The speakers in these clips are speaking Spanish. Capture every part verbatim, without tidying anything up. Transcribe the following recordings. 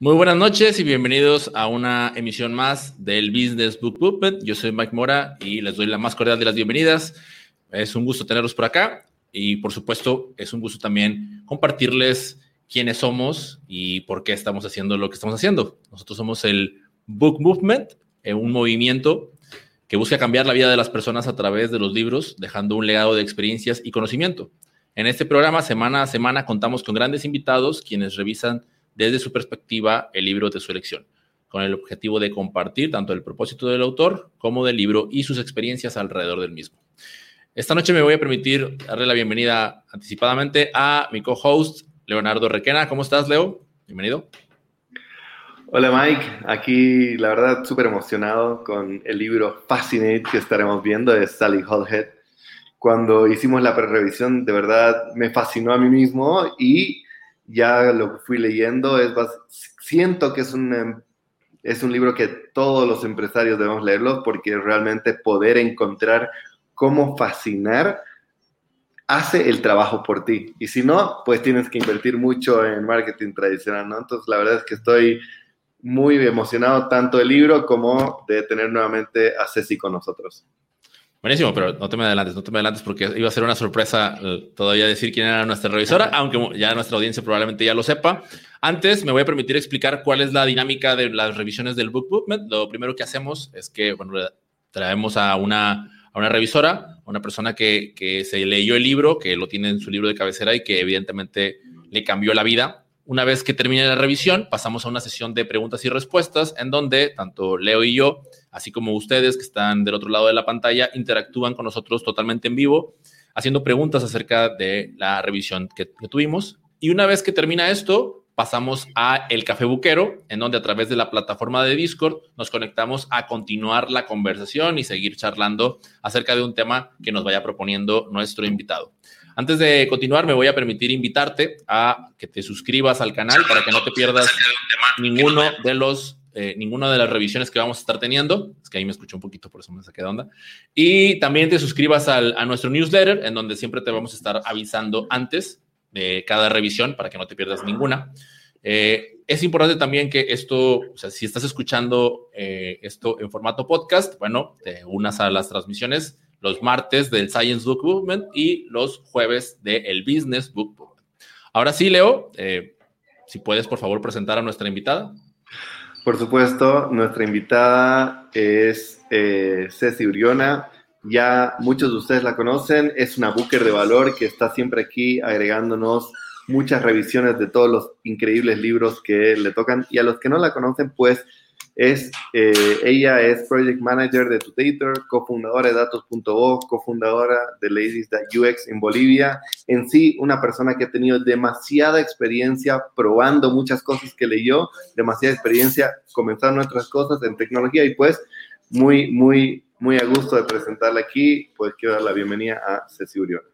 Muy buenas noches y bienvenidos a una emisión más del Business Book Movement. Yo soy Mike Mora y les doy la más cordial de las bienvenidas. Es un gusto tenerlos por acá y, por supuesto, es un gusto también compartirles quiénes somos y por qué estamos haciendo lo que estamos haciendo. Nosotros somos el Book Movement, un movimiento que busca cambiar la vida de las personas a través de los libros, dejando un legado de experiencias y conocimiento. En este programa, semana a semana, contamos con grandes invitados quienes revisan desde su perspectiva el libro de su elección, con el objetivo de compartir tanto el propósito del autor como del libro y sus experiencias alrededor del mismo. Esta noche me voy a permitir darle la bienvenida anticipadamente a mi co-host, Leonardo Requena. ¿Cómo estás, Leo? Bienvenido. Hola, Mike. Aquí, la verdad, súper emocionado con el libro Fascinate que estaremos viendo de Sally Hallhead. Cuando hicimos la pre-revisión, de verdad, me fascinó a mí mismo y ya lo que fui leyendo, es siento que es un, es un libro que todos los empresarios debemos leerlo porque realmente poder encontrar cómo fascinar hace el trabajo por ti. Y si no, pues tienes que invertir mucho en marketing tradicional, ¿no? Entonces, la verdad es que estoy muy emocionado tanto del libro como de tener nuevamente a Ceci con nosotros. Buenísimo, pero no te me adelantes, no te me adelantes porque iba a ser una sorpresa uh, todavía decir quién era nuestra revisora, aunque ya nuestra audiencia probablemente ya lo sepa. Antes me voy a permitir explicar cuál es la dinámica de las revisiones del Book Movement. Lo primero que hacemos es que bueno, traemos a una, a una revisora, a una persona que, que se leyó el libro, que lo tiene en su libro de cabecera y que evidentemente le cambió la vida. Una vez que termine la revisión, pasamos a una sesión de preguntas y respuestas en donde tanto Leo y yo, así como ustedes que están del otro lado de la pantalla, interactúan con nosotros totalmente en vivo, haciendo preguntas acerca de la revisión que, que tuvimos. Y una vez que termina esto, pasamos a El Café Buquero, en donde a través de la plataforma de Discord nos conectamos a continuar la conversación y seguir charlando acerca de un tema que nos vaya proponiendo nuestro invitado. Antes de continuar, me voy a permitir invitarte a que te suscribas al canal para que no te pierdas ninguno de los, eh, ninguna de las revisiones que vamos a estar teniendo. Es que ahí me escuché un poquito, por eso me saqué de onda. Y también te suscribas al, a nuestro newsletter, en donde siempre te vamos a estar avisando antes de cada revisión para que no te pierdas ninguna. Eh, es importante también que esto, o sea, si estás escuchando eh, esto en formato podcast, bueno, te unas a las transmisiones los martes del Science Book Movement y los jueves del Business Book Movement. Ahora sí, Leo, eh, si puedes, por favor, presentar a nuestra invitada. Por supuesto, nuestra invitada es eh, Ceci Uriona. Ya muchos de ustedes la conocen. Es una booker de valor que está siempre aquí agregándonos muchas revisiones de todos los increíbles libros que le tocan. Y a los que no la conocen, pues, Es, eh, ella es Project Manager de Tutor, cofundadora de Datos punto o, cofundadora de Ladies U X en Bolivia. En sí, una persona que ha tenido demasiada experiencia probando muchas cosas que leyó, demasiada experiencia comenzando otras cosas en tecnología y pues muy, muy, muy a gusto de presentarla aquí. Pues quiero dar la bienvenida a Ceci Uriona.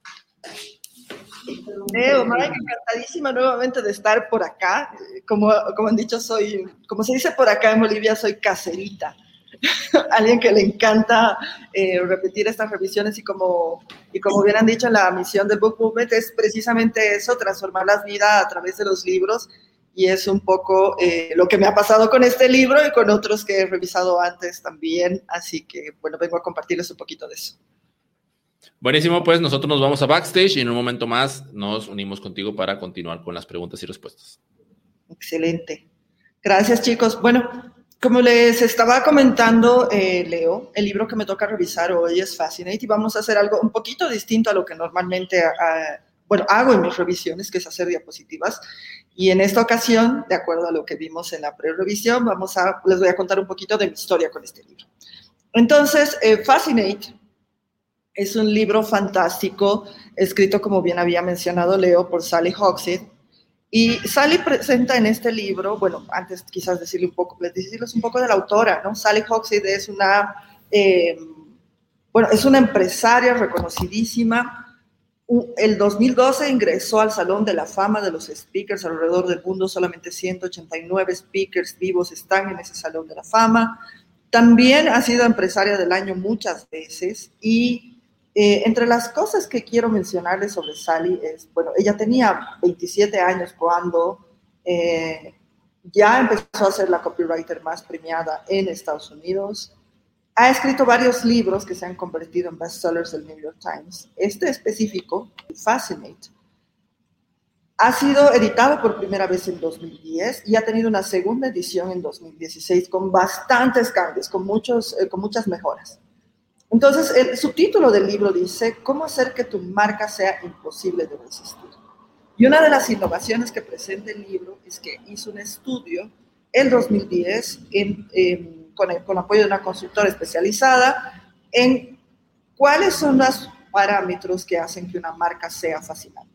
Leo, Mike, encantadísima nuevamente de estar por acá. Como, como han dicho, soy, como se dice por acá en Bolivia, soy caserita. Alguien que le encanta eh, repetir estas revisiones y como, y como bien han dicho, la misión del Book Movement es precisamente eso, transformar las vidas a través de los libros y es un poco eh, lo que me ha pasado con este libro y con otros que he revisado antes también, así que bueno, vengo a compartirles un poquito de eso. Buenísimo, pues nosotros nos vamos a backstage y en un momento más nos unimos contigo para continuar con las preguntas y respuestas. Excelente. Gracias, chicos. Bueno, como les estaba comentando, eh, Leo, el libro que me toca revisar hoy es Fascinate y vamos a hacer algo un poquito distinto a lo que normalmente uh, bueno, hago en mis revisiones, que es hacer diapositivas. Y en esta ocasión, de acuerdo a lo que vimos en la pre-revisión, vamos a, les voy a contar un poquito de mi historia con este libro. Entonces, eh, Fascinate es un libro fantástico, escrito, como bien había mencionado Leo, por Sally Hallhead. Y Sally presenta en este libro, bueno, antes quizás decirle un poco, decirles un poco de la autora, ¿no? Sally Hallhead es una, eh, bueno, es una empresaria reconocidísima. El dos mil doce ingresó al Salón de la Fama de los Speakers alrededor del mundo. Solamente ciento ochenta y nueve speakers vivos están en ese Salón de la Fama. También ha sido empresaria del año muchas veces y Eh, entre las cosas que quiero mencionarles sobre Sally es, bueno, ella tenía veintisiete años cuando, eh, ya empezó a ser la copywriter más premiada en Estados Unidos. Ha escrito varios libros que se han convertido en bestsellers del New York Times. Este específico, Fascinate, ha sido editado por primera vez en dos mil diez y ha tenido una segunda edición en dos mil dieciséis con bastantes cambios, con, muchos, eh, con muchas mejoras. Entonces, el subtítulo del libro dice, ¿cómo hacer que tu marca sea imposible de resistir? Y una de las innovaciones que presenta el libro es que hizo un estudio en dos mil diez en, en, con, el, con apoyo de una consultora especializada en cuáles son los parámetros que hacen que una marca sea fascinante.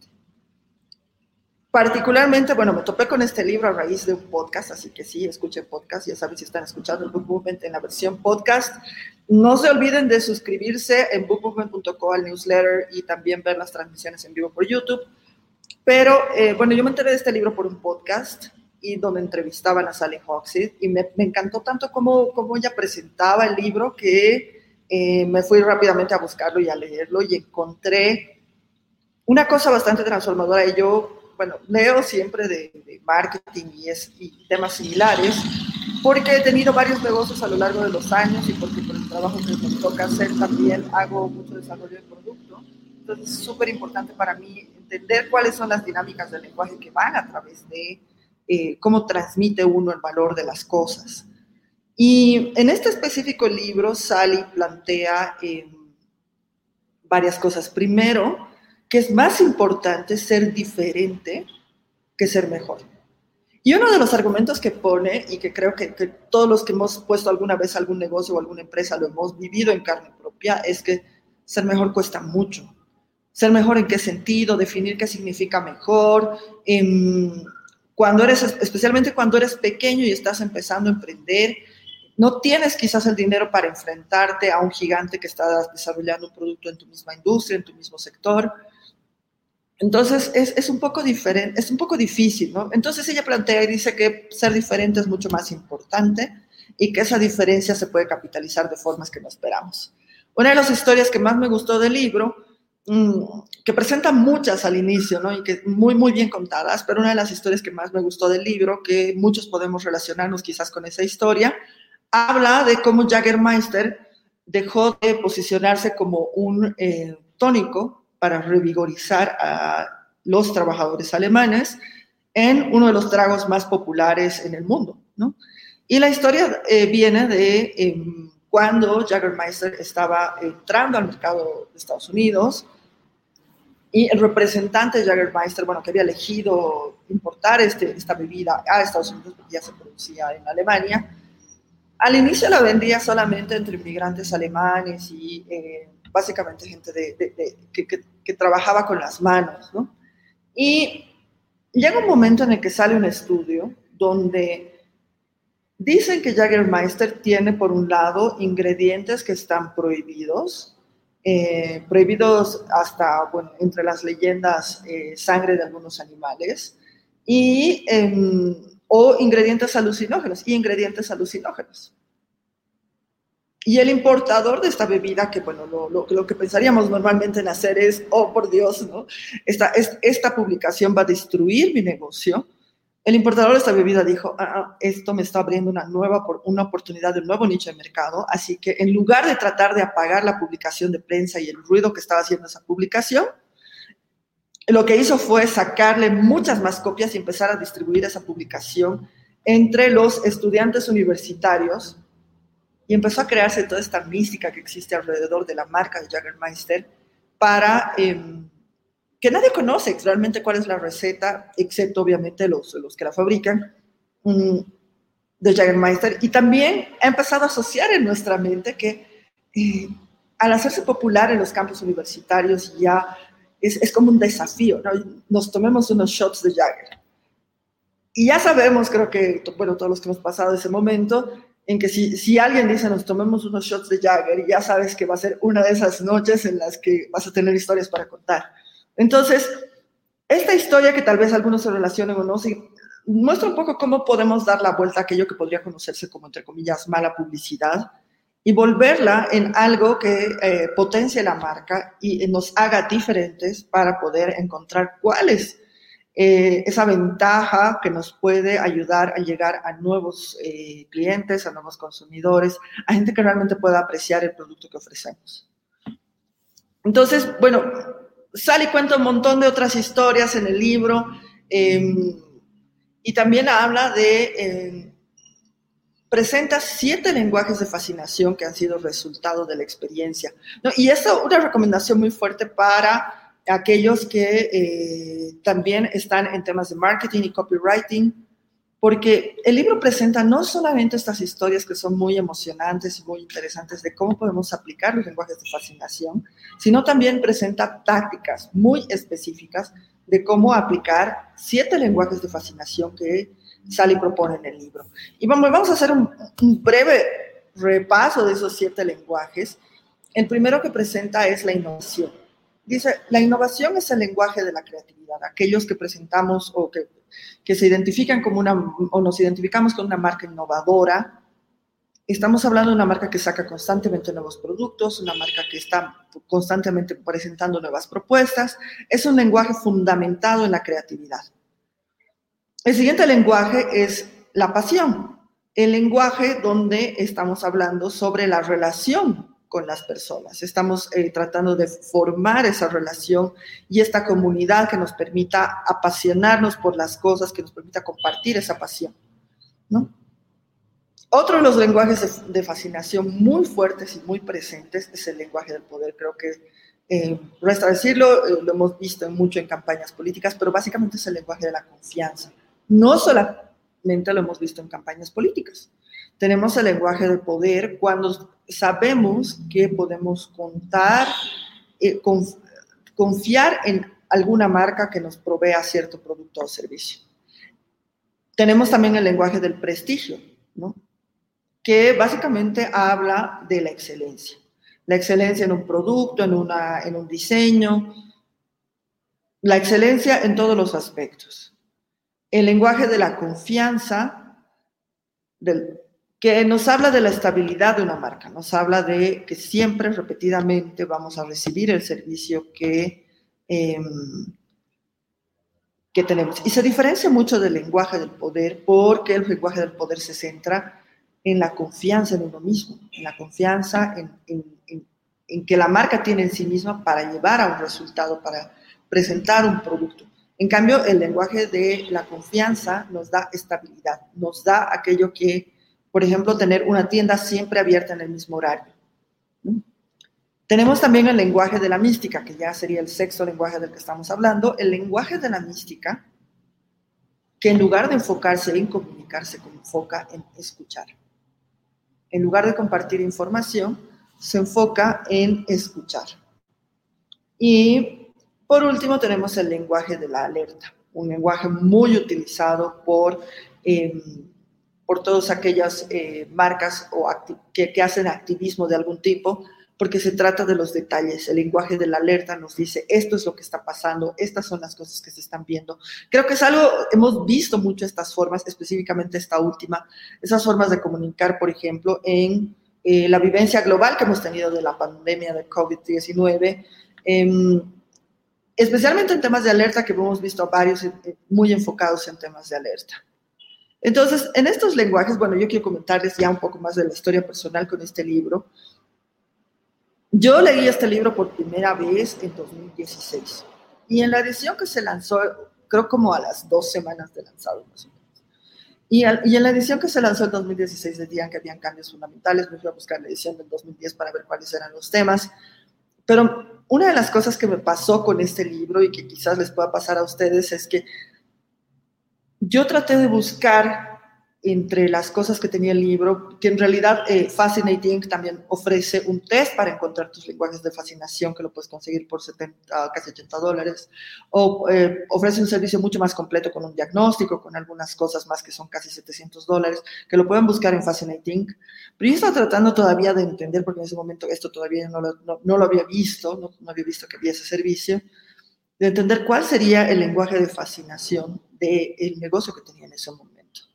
Particularmente, bueno, me topé con este libro a raíz de un podcast, así que sí, escuchen podcast, ya saben si están escuchando el Book Movement en la versión podcast. No se olviden de suscribirse en book movement punto co al newsletter y también ver las transmisiones en vivo por YouTube. Pero, eh, bueno, yo me enteré de este libro por un podcast y donde entrevistaban a Sally Hogshead y me, me encantó tanto cómo, cómo ella presentaba el libro que eh, me fui rápidamente a buscarlo y a leerlo y encontré una cosa bastante transformadora. Y yo, bueno, leo siempre de, de marketing y, es, y temas similares porque he tenido varios negocios a lo largo de los años y porque por el trabajo que me toca hacer también hago mucho desarrollo de producto. Entonces es súper importante para mí entender cuáles son las dinámicas del lenguaje que van a través de eh, cómo transmite uno el valor de las cosas. Y en este específico libro, Sally plantea eh, varias cosas. Primero, que es más importante ser diferente que ser mejor. Y uno de los argumentos que pone, y que creo que, que todos los que hemos puesto alguna vez algún negocio o alguna empresa lo hemos vivido en carne propia, es que ser mejor cuesta mucho. Ser mejor en qué sentido, definir qué significa mejor. Eh, cuando eres, especialmente cuando eres pequeño y estás empezando a emprender, no tienes quizás el dinero para enfrentarte a un gigante que está desarrollando un producto en tu misma industria, en tu mismo sector. Entonces, es, es un poco diferente, es un poco difícil, ¿no? Entonces, ella plantea y dice que ser diferente es mucho más importante y que esa diferencia se puede capitalizar de formas que no esperamos. Una de las historias que más me gustó del libro, mmm, que presenta muchas al inicio, ¿no? Y que muy, muy bien contadas, pero una de las historias que más me gustó del libro, que muchos podemos relacionarnos quizás con esa historia, habla de cómo Jägermeister dejó de posicionarse como un eh, tónico para revigorizar a los trabajadores alemanes en uno de los tragos más populares en el mundo, ¿no? Y la historia eh, viene de eh, cuando Jägermeister estaba entrando al mercado de Estados Unidos y el representante de Jägermeister, bueno, que había elegido importar este, esta bebida a Estados Unidos porque ya se producía en Alemania, al inicio la vendía solamente entre inmigrantes alemanes y eh, básicamente gente de, de, de, que, que, que trabajaba con las manos, ¿no? Y llega un momento en el que sale un estudio donde dicen que Jägermeister tiene, por un lado, ingredientes que están prohibidos, eh, prohibidos hasta, bueno, entre las leyendas, eh, sangre de algunos animales, y, eh, o ingredientes alucinógenos, y ingredientes alucinógenos. Y el importador de esta bebida, que bueno, lo, lo, lo que pensaríamos normalmente en hacer es, oh, por Dios, ¿no? Esta, es, esta publicación va a destruir mi negocio. El importador de esta bebida dijo, ah, ah, esto me está abriendo una nueva una oportunidad de un nuevo nicho de mercado, así que en lugar de tratar de apagar la publicación de prensa y el ruido que estaba haciendo esa publicación, lo que hizo fue sacarle muchas más copias y empezar a distribuir esa publicación entre los estudiantes universitarios. Y empezó a crearse toda esta mística que existe alrededor de la marca de Jägermeister para eh, que nadie conoce realmente cuál es la receta, excepto obviamente los, los que la fabrican, um, de Jägermeister. Y también ha empezado a asociar en nuestra mente que eh, al hacerse popular en los campus universitarios ya es, es como un desafío, ¿no? Nos tomemos unos shots de Jäger. Y ya sabemos, creo que, bueno, todos los que hemos pasado ese momento, en que si, si alguien dice nos tomemos unos shots de Jäger, ya sabes que va a ser una de esas noches en las que vas a tener historias para contar. Entonces, esta historia que tal vez algunos se relacionen o no, sí, muestra un poco cómo podemos dar la vuelta a aquello que podría conocerse como, entre comillas, mala publicidad y volverla en algo que eh, potencie la marca y nos haga diferentes para poder encontrar cuál es eh, esa ventaja que nos puede ayudar a llegar a nuevos eh, clientes, a nuevos consumidores, a gente que realmente pueda apreciar el producto que ofrecemos. Entonces, bueno, Sally cuenta un montón de otras historias en el libro eh, y también habla de... Eh, presenta siete lenguajes de fascinación que han sido resultado de la experiencia, ¿no? Y esto es una recomendación muy fuerte para aquellos que eh, también están en temas de marketing y copywriting, porque el libro presenta no solamente estas historias que son muy emocionantes y muy interesantes de cómo podemos aplicar los lenguajes de fascinación, sino también presenta tácticas muy específicas de cómo aplicar siete lenguajes de fascinación que Sally propone en el libro. Y vamos, vamos a hacer un, un breve repaso de esos siete lenguajes. El primero que presenta es la innovación. Dice, la innovación es el lenguaje de la creatividad. Aquellos que presentamos o que, que se identifican como una, o nos identificamos con una marca innovadora, estamos hablando de una marca que saca constantemente nuevos productos, una marca que está constantemente presentando nuevas propuestas. Es un lenguaje fundamentado en la creatividad. El siguiente lenguaje es la pasión, el lenguaje donde estamos hablando sobre la relación con las personas. Estamos eh, tratando de formar esa relación y esta comunidad que nos permita apasionarnos por las cosas, que nos permita compartir esa pasión, ¿no? Otro de los lenguajes de, de fascinación muy fuertes y muy presentes es el lenguaje del poder. Creo que Eh, resta decirlo, eh, lo hemos visto mucho en campañas políticas, pero básicamente es el lenguaje de la confianza. No solamente lo hemos visto en campañas políticas. Tenemos el lenguaje del poder cuando sabemos que podemos contar, eh, conf, confiar en alguna marca que nos provea cierto producto o servicio. Tenemos también el lenguaje del prestigio, ¿no? Que básicamente habla de la excelencia. La excelencia en un producto, en, una, en un diseño, la excelencia en todos los aspectos. El lenguaje de la confianza, del, que nos habla de la estabilidad de una marca, nos habla de que siempre, repetidamente, vamos a recibir el servicio que, eh, que tenemos. Y se diferencia mucho del lenguaje del poder, porque el lenguaje del poder se centra en la confianza en uno mismo, en la confianza en, en, en, en que la marca tiene en sí misma para llevar a un resultado, para presentar un producto. En cambio, el lenguaje de la confianza nos da estabilidad, nos da aquello que, por ejemplo, tener una tienda siempre abierta en el mismo horario. ¿Mm? Tenemos también el lenguaje de la mística, que ya sería el sexto lenguaje del que estamos hablando. El lenguaje de la mística, que en lugar de enfocarse en comunicar, se enfoca en escuchar. En lugar de compartir información, se enfoca en escuchar. Y por último tenemos el lenguaje de la alerta, un lenguaje muy utilizado por, eh, por todas aquellas eh, marcas o que, que hacen activismo de algún tipo, porque se trata de los detalles. El lenguaje de la alerta nos dice, esto es lo que está pasando, estas son las cosas que se están viendo. Creo que es algo, hemos visto mucho estas formas, específicamente esta última, esas formas de comunicar, por ejemplo, en eh, la vivencia global que hemos tenido de la pandemia de COVID diecinueve, eh, especialmente en temas de alerta, que hemos visto varios eh, muy enfocados en temas de alerta. Entonces, en estos lenguajes, bueno, yo quiero comentarles ya un poco más de la historia personal con este libro. Yo leí este libro por primera vez en dos mil dieciséis y en la edición que se lanzó, creo como a las dos semanas de lanzado, más o menos. Y, al, y en la edición que se lanzó en dos mil dieciséis decían que habían cambios fundamentales. Me fui a buscar la edición del dos mil diez para ver cuáles eran los temas. Pero una de las cosas que me pasó con este libro y que quizás les pueda pasar a ustedes es que yo traté de buscar entre las cosas que tenía el libro, que en realidad eh, Fascinating también ofrece un test para encontrar tus lenguajes de fascinación, que lo puedes conseguir por setenta, casi ochenta dólares, o eh, ofrece un servicio mucho más completo con un diagnóstico, con algunas cosas más que son casi setecientos dólares, que lo pueden buscar en Fascinating. Pero yo estaba tratando todavía de entender, porque en ese momento esto todavía no lo, no, no lo había visto, no, no había visto que había ese servicio, de entender cuál sería el lenguaje de fascinación del negocio que tenía en ese momento.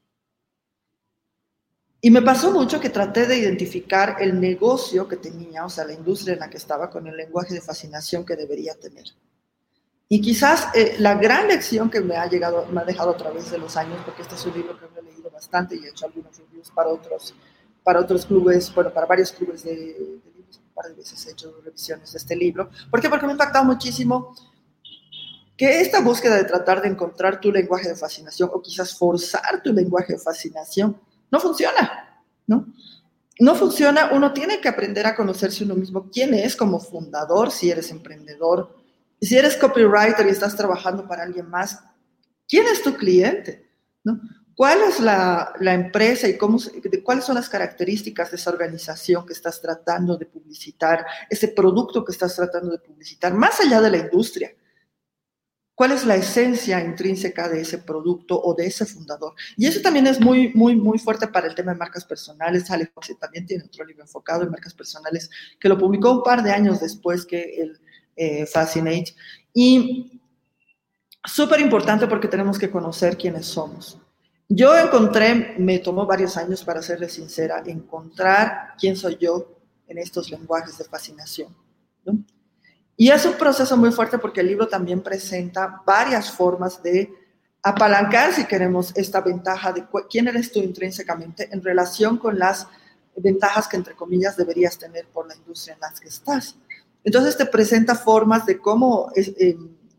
Y me pasó mucho que traté de identificar el negocio que tenía, o sea, la industria en la que estaba, con el lenguaje de fascinación que debería tener. Y quizás eh, la gran lección que me ha llegado, me ha dejado a través de los años, porque este es un libro que he leído bastante y he hecho algunos reviews para otros, para otros clubes, bueno, para varios clubes de, de libros, un par de veces he hecho revisiones de este libro. ¿Por qué? Porque me ha impactado muchísimo que esta búsqueda de tratar de encontrar tu lenguaje de fascinación o quizás forzar tu lenguaje de fascinación no funciona, ¿no? No funciona, uno tiene que aprender a conocerse uno mismo, quién es como fundador, si eres emprendedor, si eres copywriter y estás trabajando para alguien más, ¿quién es tu cliente? ¿No? ¿Cuál es la, la empresa y cómo, de, cuáles son las características de esa organización que estás tratando de publicitar, ese producto que estás tratando de publicitar, más allá de la industria? ¿Cuál es la esencia intrínseca de ese producto o de ese fundador? Y eso también es muy, muy, muy fuerte para el tema de marcas personales. Alex también tiene otro libro enfocado en marcas personales que lo publicó un par de años después que el eh, Fascinate. Y súper importante porque tenemos que conocer quiénes somos. Yo encontré, me tomó varios años, para serle sincera, encontrar quién soy yo en estos lenguajes de fascinación, ¿no? Y es un proceso muy fuerte porque el libro también presenta varias formas de apalancar, si queremos, esta ventaja de quién eres tú intrínsecamente en relación con las ventajas que, entre comillas, deberías tener por la industria en la que estás. Entonces te presenta formas de cómo eh,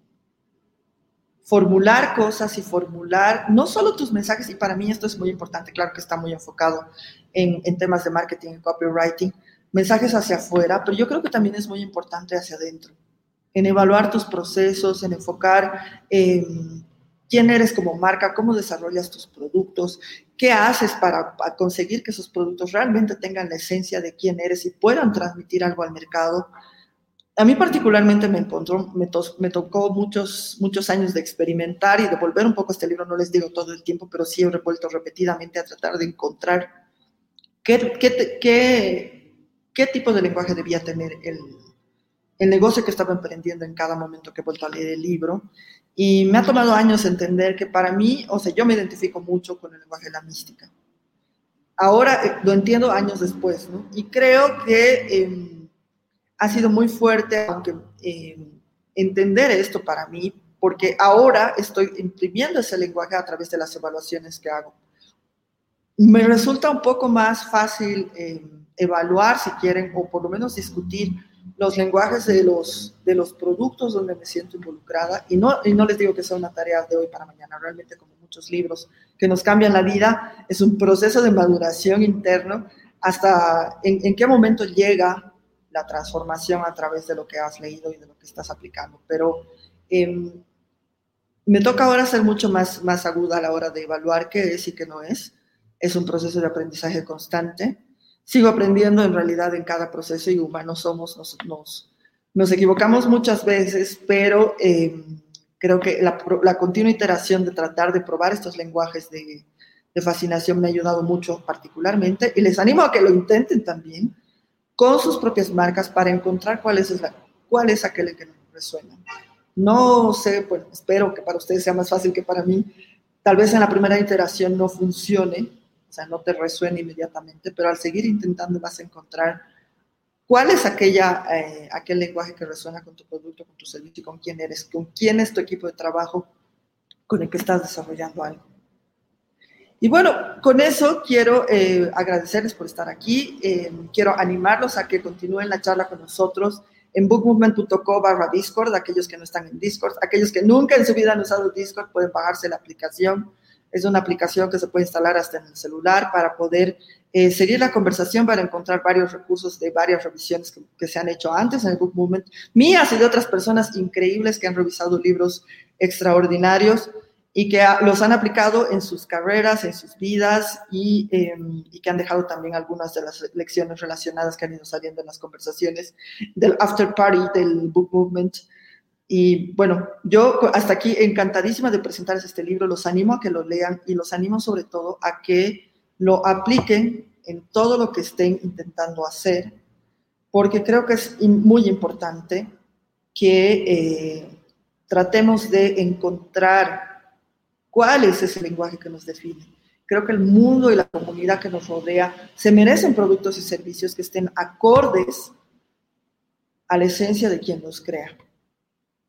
formular cosas y formular no solo tus mensajes, y para mí esto es muy importante, claro que está muy enfocado en, en temas de marketing y copywriting, mensajes hacia afuera, pero yo creo que también es muy importante hacia adentro, en evaluar tus procesos, en enfocar eh, quién eres como marca, cómo desarrollas tus productos, qué haces para, para conseguir que esos productos realmente tengan la esencia de quién eres y puedan transmitir algo al mercado. A mí particularmente me, encontró, me, to, me tocó muchos, muchos años de experimentar y de volver un poco a este libro, no les digo todo el tiempo, pero sí he vuelto repetidamente a tratar de encontrar qué, qué, qué, qué tipo de lenguaje debía tener el, el negocio que estaba emprendiendo en cada momento que he vuelto a leer el libro. Y me ha tomado años entender que para mí, o sea, yo me identifico mucho con el lenguaje de la mística. Ahora eh, lo entiendo años después, ¿no? Y creo que eh, ha sido muy fuerte, aunque eh, entender esto para mí, porque ahora estoy imprimiendo ese lenguaje a través de las evaluaciones que hago. Me resulta un poco más fácil eh, evaluar, si quieren, o por lo menos discutir los lenguajes de los, de los productos donde me siento involucrada, y no, y no les digo que sea una tarea de hoy para mañana, realmente como muchos libros que nos cambian la vida, es un proceso de maduración interno hasta en, en qué momento llega la transformación a través de lo que has leído y de lo que estás aplicando, pero eh, me toca ahora ser mucho más, más aguda a la hora de evaluar qué es y qué no es. Es un proceso de aprendizaje constante. Sigo aprendiendo en realidad en cada proceso y humanos somos, nos, nos, nos equivocamos muchas veces, pero eh, creo que la, la continua iteración de tratar de probar estos lenguajes de, de fascinación me ha ayudado mucho particularmente y les animo a que lo intenten también con sus propias marcas para encontrar cuál es, la, cuál es aquel que nos resuena. No sé, bueno, espero que para ustedes sea más fácil que para mí. Tal vez en la primera iteración no funcione, o sea, no te resuene inmediatamente, pero al seguir intentando vas a encontrar cuál es aquella, eh, aquel lenguaje que resuena con tu producto, con tu servicio, con quién eres, con quién es tu equipo de trabajo con el que estás desarrollando algo. Y bueno, con eso quiero eh, agradecerles por estar aquí. Eh, quiero animarlos a que continúen la charla con nosotros en bookmovement punto co barra Discord, aquellos que no están en Discord, aquellos que nunca en su vida han usado Discord pueden bajarse la aplicación. Es una aplicación que se puede instalar hasta en el celular para poder eh, seguir la conversación, para encontrar varios recursos de varias revisiones que, que se han hecho antes en el Book Movement, mías y de otras personas increíbles que han revisado libros extraordinarios y que a, los han aplicado en sus carreras, en sus vidas y, eh, y que han dejado también algunas de las lecciones relacionadas que han ido saliendo en las conversaciones del after party del Book Movement. Y bueno, yo hasta aquí encantadísima de presentarles este libro, los animo a que lo lean y los animo sobre todo a que lo apliquen en todo lo que estén intentando hacer, porque creo que es muy importante que eh, tratemos de encontrar cuál es ese lenguaje que nos define. Creo que el mundo y la comunidad que nos rodea se merecen productos y servicios que estén acordes a la esencia de quien los crea.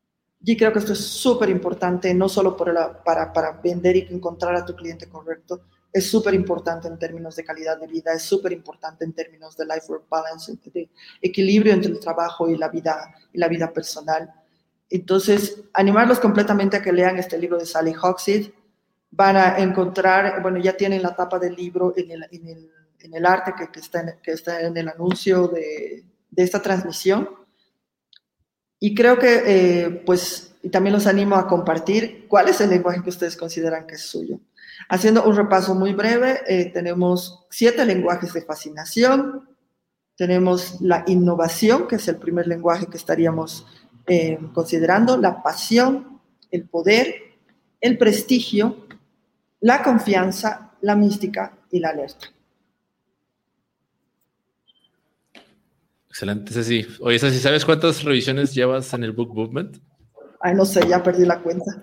Y creo que esto es súper importante, no solo por la, para, para vender y encontrar a tu cliente correcto, es súper importante en términos de calidad de vida, es súper importante en términos de life-work balance, de equilibrio entre el trabajo y la vida, y la vida personal. Entonces, animarlos completamente a que lean este libro de Sally Hogshead. Van a encontrar, bueno, ya tienen la tapa del libro en el, en el, en el arte que, que, está en, que está en el anuncio de, de esta transmisión. Y creo que, eh, pues, y también los animo a compartir cuál es el lenguaje que ustedes consideran que es suyo. Haciendo un repaso muy breve, eh, tenemos siete lenguajes de fascinación, tenemos la innovación, que es el primer lenguaje que estaríamos eh, considerando, la pasión, el poder, el prestigio, la confianza, la mística y la alerta. Excelente, Ceci. Oye, Ceci, ¿sabes cuántas revisiones llevas en el Book Movement? Ay, no sé, ya perdí la cuenta.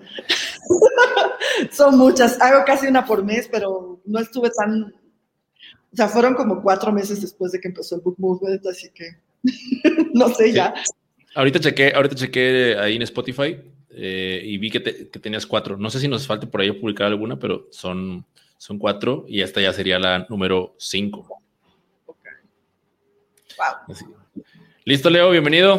Son muchas. Hago casi una por mes, pero no estuve tan... O sea, fueron como cuatro meses después de que empezó el Book Movement, así que no sé ya. Sí. Ahorita chequé, ahorita chequé ahí en Spotify eh, y vi que, te, que tenías cuatro. No sé si nos falta por ahí publicar alguna, pero son, son cuatro y esta ya sería la número cinco. Okay. Wow. Así. Listo, Leo, bienvenido.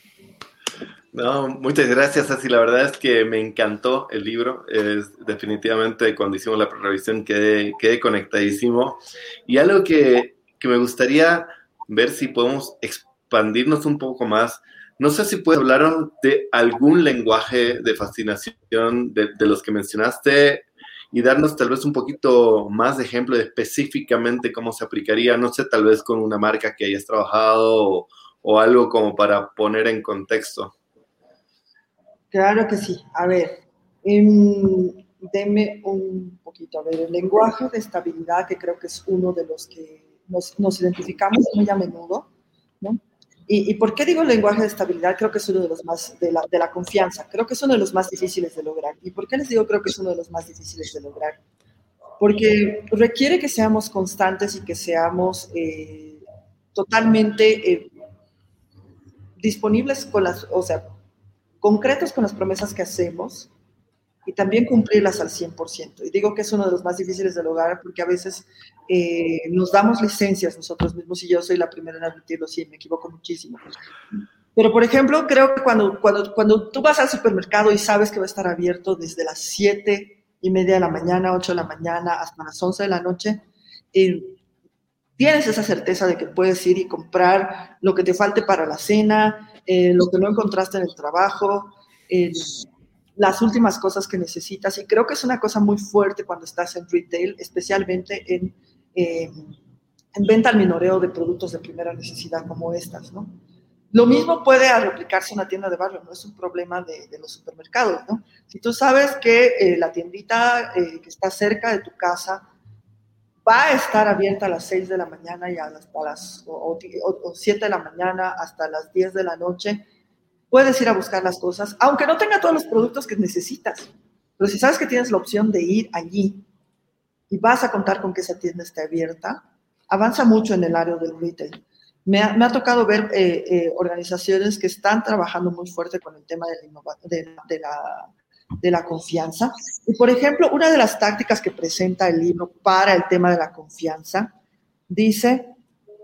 No, muchas gracias, Ceci. La verdad es que me encantó el libro. Es definitivamente, cuando hicimos la revisión, quedé, quedé conectadísimo. Y algo que, que me gustaría ver si podemos expandirnos un poco más. No sé si puedes hablar de algún lenguaje de fascinación de, de los que mencionaste y darnos tal vez un poquito más de ejemplo de específicamente cómo se aplicaría, no sé, tal vez con una marca que hayas trabajado o, o algo como para poner en contexto. Claro que sí. A ver, um, deme un poquito. A ver, el lenguaje de estabilidad, que creo que es uno de los que nos, nos identificamos muy a menudo, ¿no? ¿Y, ¿Y por qué digo lenguaje de estabilidad? Creo que es uno de los más, de la, de la confianza, creo que es uno de los más difíciles de lograr. ¿Y por qué les digo creo que es uno de los más difíciles de lograr? Porque requiere que seamos constantes y que seamos eh, totalmente eh, disponibles con las, o sea, concretos con las promesas que hacemos y también cumplirlas al cien por ciento. Y digo que es uno de los más difíciles de lograr porque a veces eh, nos damos licencias nosotros mismos y yo soy la primera en admitirlo, sí, me equivoco muchísimo. Pero, por ejemplo, creo que cuando, cuando, cuando tú vas al supermercado y sabes que va a estar abierto desde las siete y media de la mañana, ocho de la mañana, hasta las once de la noche, eh, tienes esa certeza de que puedes ir y comprar lo que te falte para la cena, eh, lo que no encontraste en el trabajo, eh, las últimas cosas que necesitas. Y creo que es una cosa muy fuerte cuando estás en retail, especialmente en, eh, en venta al minoreo de productos de primera necesidad como estas, ¿no? Lo mismo puede replicarse en una tienda de barrio, no es un problema de, de los supermercados, ¿no? Si tú sabes que eh, la tiendita eh, que está cerca de tu casa va a estar abierta a las seis de la mañana y hasta las o, o, o siete de la mañana hasta las diez de la noche, puedes ir a buscar las cosas, aunque no tenga todos los productos que necesitas. Pero si sabes que tienes la opción de ir allí y vas a contar con que esa tienda esté abierta, avanza mucho en el área del retail. Me ha, me ha tocado ver eh, eh, organizaciones que están trabajando muy fuerte con el tema de la, innova- de, de la de la confianza. Y, por ejemplo, una de las tácticas que presenta el libro para el tema de la confianza, dice,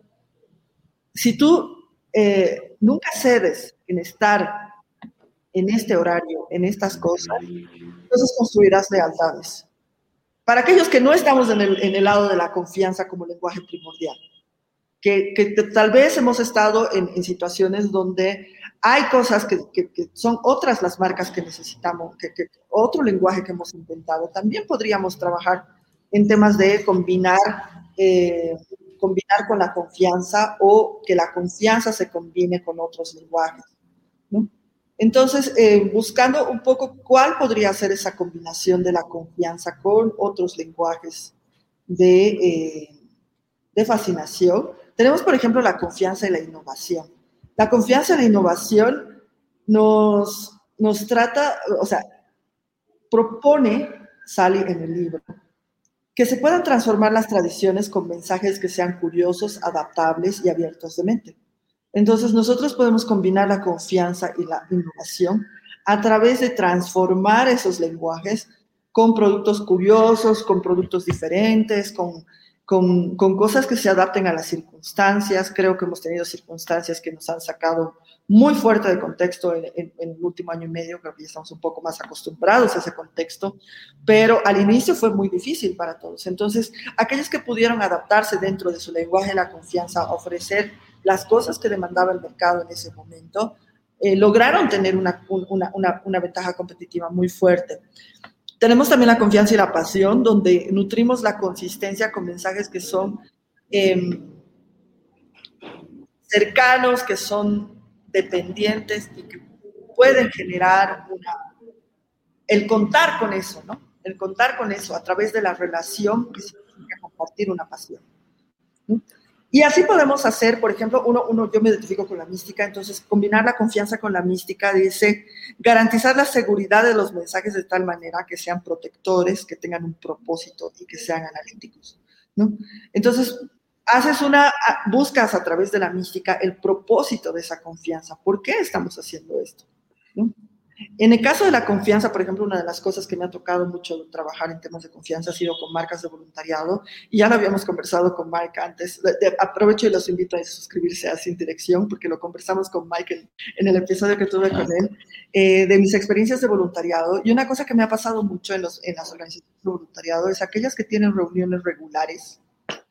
si tú eh, nunca cedes en estar en este horario, en estas cosas, entonces construirás lealtades. Para aquellos que no estamos en el, en el lado de la confianza como lenguaje primordial, que, que tal vez hemos estado en, en situaciones donde hay cosas que, que, que son otras las marcas que necesitamos, que, que otro lenguaje que hemos inventado. También podríamos trabajar en temas de combinar, eh, combinar con la confianza o que la confianza se combine con otros lenguajes, ¿no? Entonces, eh, buscando un poco cuál podría ser esa combinación de la confianza con otros lenguajes de, eh, de fascinación. Tenemos, por ejemplo, la confianza y la innovación. La confianza y la innovación nos, nos trata, o sea, propone, Sally en el libro, que se puedan transformar las tradiciones con mensajes que sean curiosos, adaptables y abiertos de mente. Entonces, nosotros podemos combinar la confianza y la innovación a través de transformar esos lenguajes con productos curiosos, con productos diferentes, con, con, con cosas que se adapten a las circunstancias. Creo que hemos tenido circunstancias que nos han sacado muy fuerte de contexto en, en, en el último año y medio. Creo que ya estamos un poco más acostumbrados a ese contexto, pero al inicio fue muy difícil para todos. Entonces, aquellos que pudieron adaptarse dentro de su lenguaje de la confianza, ofrecer las cosas que demandaba el mercado en ese momento, eh, lograron tener una, una, una, una ventaja competitiva muy fuerte. Tenemos también la confianza y la pasión, donde nutrimos la consistencia con mensajes que son eh, cercanos, que son dependientes y que pueden generar una, el contar con eso, ¿no? El contar con eso a través de la relación que significa compartir una pasión, ¿no? Y así podemos hacer, por ejemplo, uno, uno, yo me identifico con la mística, entonces combinar la confianza con la mística dice garantizar la seguridad de los mensajes de tal manera que sean protectores, que tengan un propósito y que sean analíticos, ¿no? Entonces, haces una, buscas a través de la mística el propósito de esa confianza. ¿Por qué estamos haciendo esto? ¿No? En el caso de la confianza, por ejemplo, una de las cosas que me ha tocado mucho trabajar en temas de confianza ha sido con marcas de voluntariado, y ya lo habíamos conversado con Mike antes. De, de, aprovecho y los invito a suscribirse a Sin Dirección, porque lo conversamos con Mike en, en el episodio que tuve con él, eh, de mis experiencias de voluntariado. Y una cosa que me ha pasado mucho en, los, en las organizaciones de voluntariado es aquellas que tienen reuniones regulares,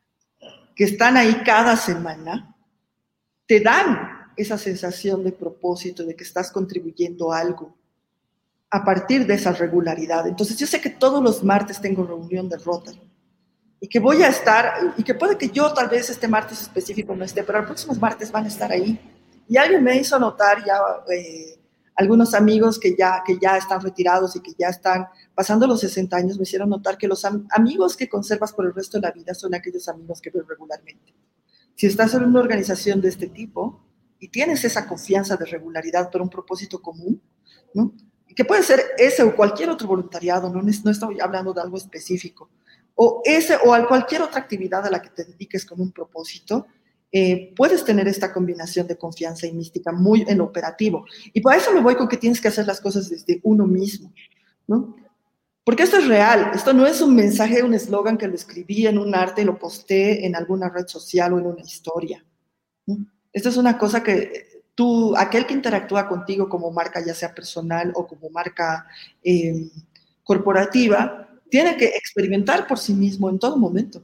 que están ahí cada semana, te dan esa sensación de propósito, de que estás contribuyendo a algo a partir de esa regularidad. Entonces, yo sé que todos los martes tengo reunión de Rotary y que voy a estar, y que puede que yo tal vez este martes específico no esté, pero los próximos martes van a estar ahí. Y alguien me hizo notar ya, eh, algunos amigos que ya, que ya están retirados y que ya están pasando los sesenta años, me hicieron notar que los am- amigos que conservas por el resto de la vida son aquellos amigos que ves regularmente. Si estás en una organización de este tipo y tienes esa confianza de regularidad por un propósito común, ¿no? Que puede ser ese o cualquier otro voluntariado, no, no estoy hablando de algo específico, o ese o a cualquier otra actividad a la que te dediques con un propósito, eh, puedes tener esta combinación de confianza y mística muy en lo operativo. Y por eso me voy con que tienes que hacer las cosas desde uno mismo, ¿no? Porque esto es real, esto no es un mensaje, un eslogan que lo escribí en un arte y lo posté en alguna red social o en una historia, ¿no? Esto es una cosa que tú, aquel que interactúa contigo como marca, ya sea personal o como marca eh, corporativa, tiene que experimentar por sí mismo en todo momento.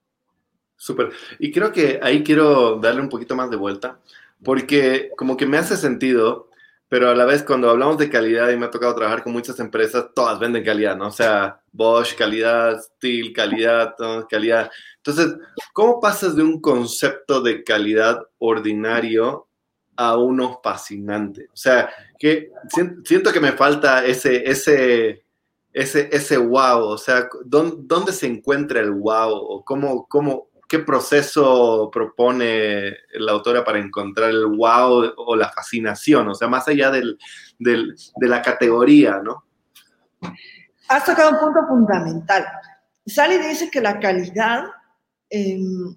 Súper. Y creo que ahí quiero darle un poquito más de vuelta, porque como que me hace sentido, pero a la vez cuando hablamos de calidad, y me ha tocado trabajar con muchas empresas, todas venden calidad, ¿no? O sea, Bosch, calidad, Steel, calidad, ¿no? Calidad. Entonces, ¿cómo pasas de un concepto de calidad ordinario a uno fascinante? O sea, que siento que me falta ese, ese, ese, ese wow. O sea, ¿dónde, dónde se encuentra el wow? ¿O cómo, cómo, qué proceso propone la autora para encontrar el wow o la fascinación? O sea, más allá del, del, de la categoría, ¿no? Has tocado un punto fundamental. Sally dice que la calidad eh,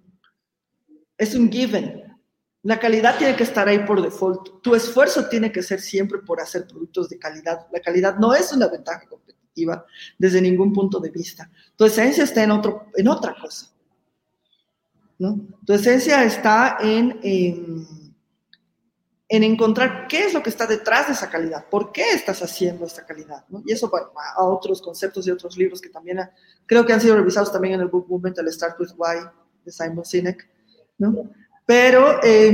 es un given. La calidad tiene que estar ahí por default. Tu esfuerzo tiene que ser siempre por hacer productos de calidad. La calidad no es una ventaja competitiva desde ningún punto de vista. Tu esencia está en, otro, en otra cosa, ¿no? Tu esencia está en, en, en encontrar qué es lo que está detrás de esa calidad, por qué estás haciendo esta calidad, ¿no? Y eso va a otros conceptos y otros libros que también ha, creo que han sido revisados también en el Book Movement, el Start With Why de Simon Sinek, ¿no? Pero eh,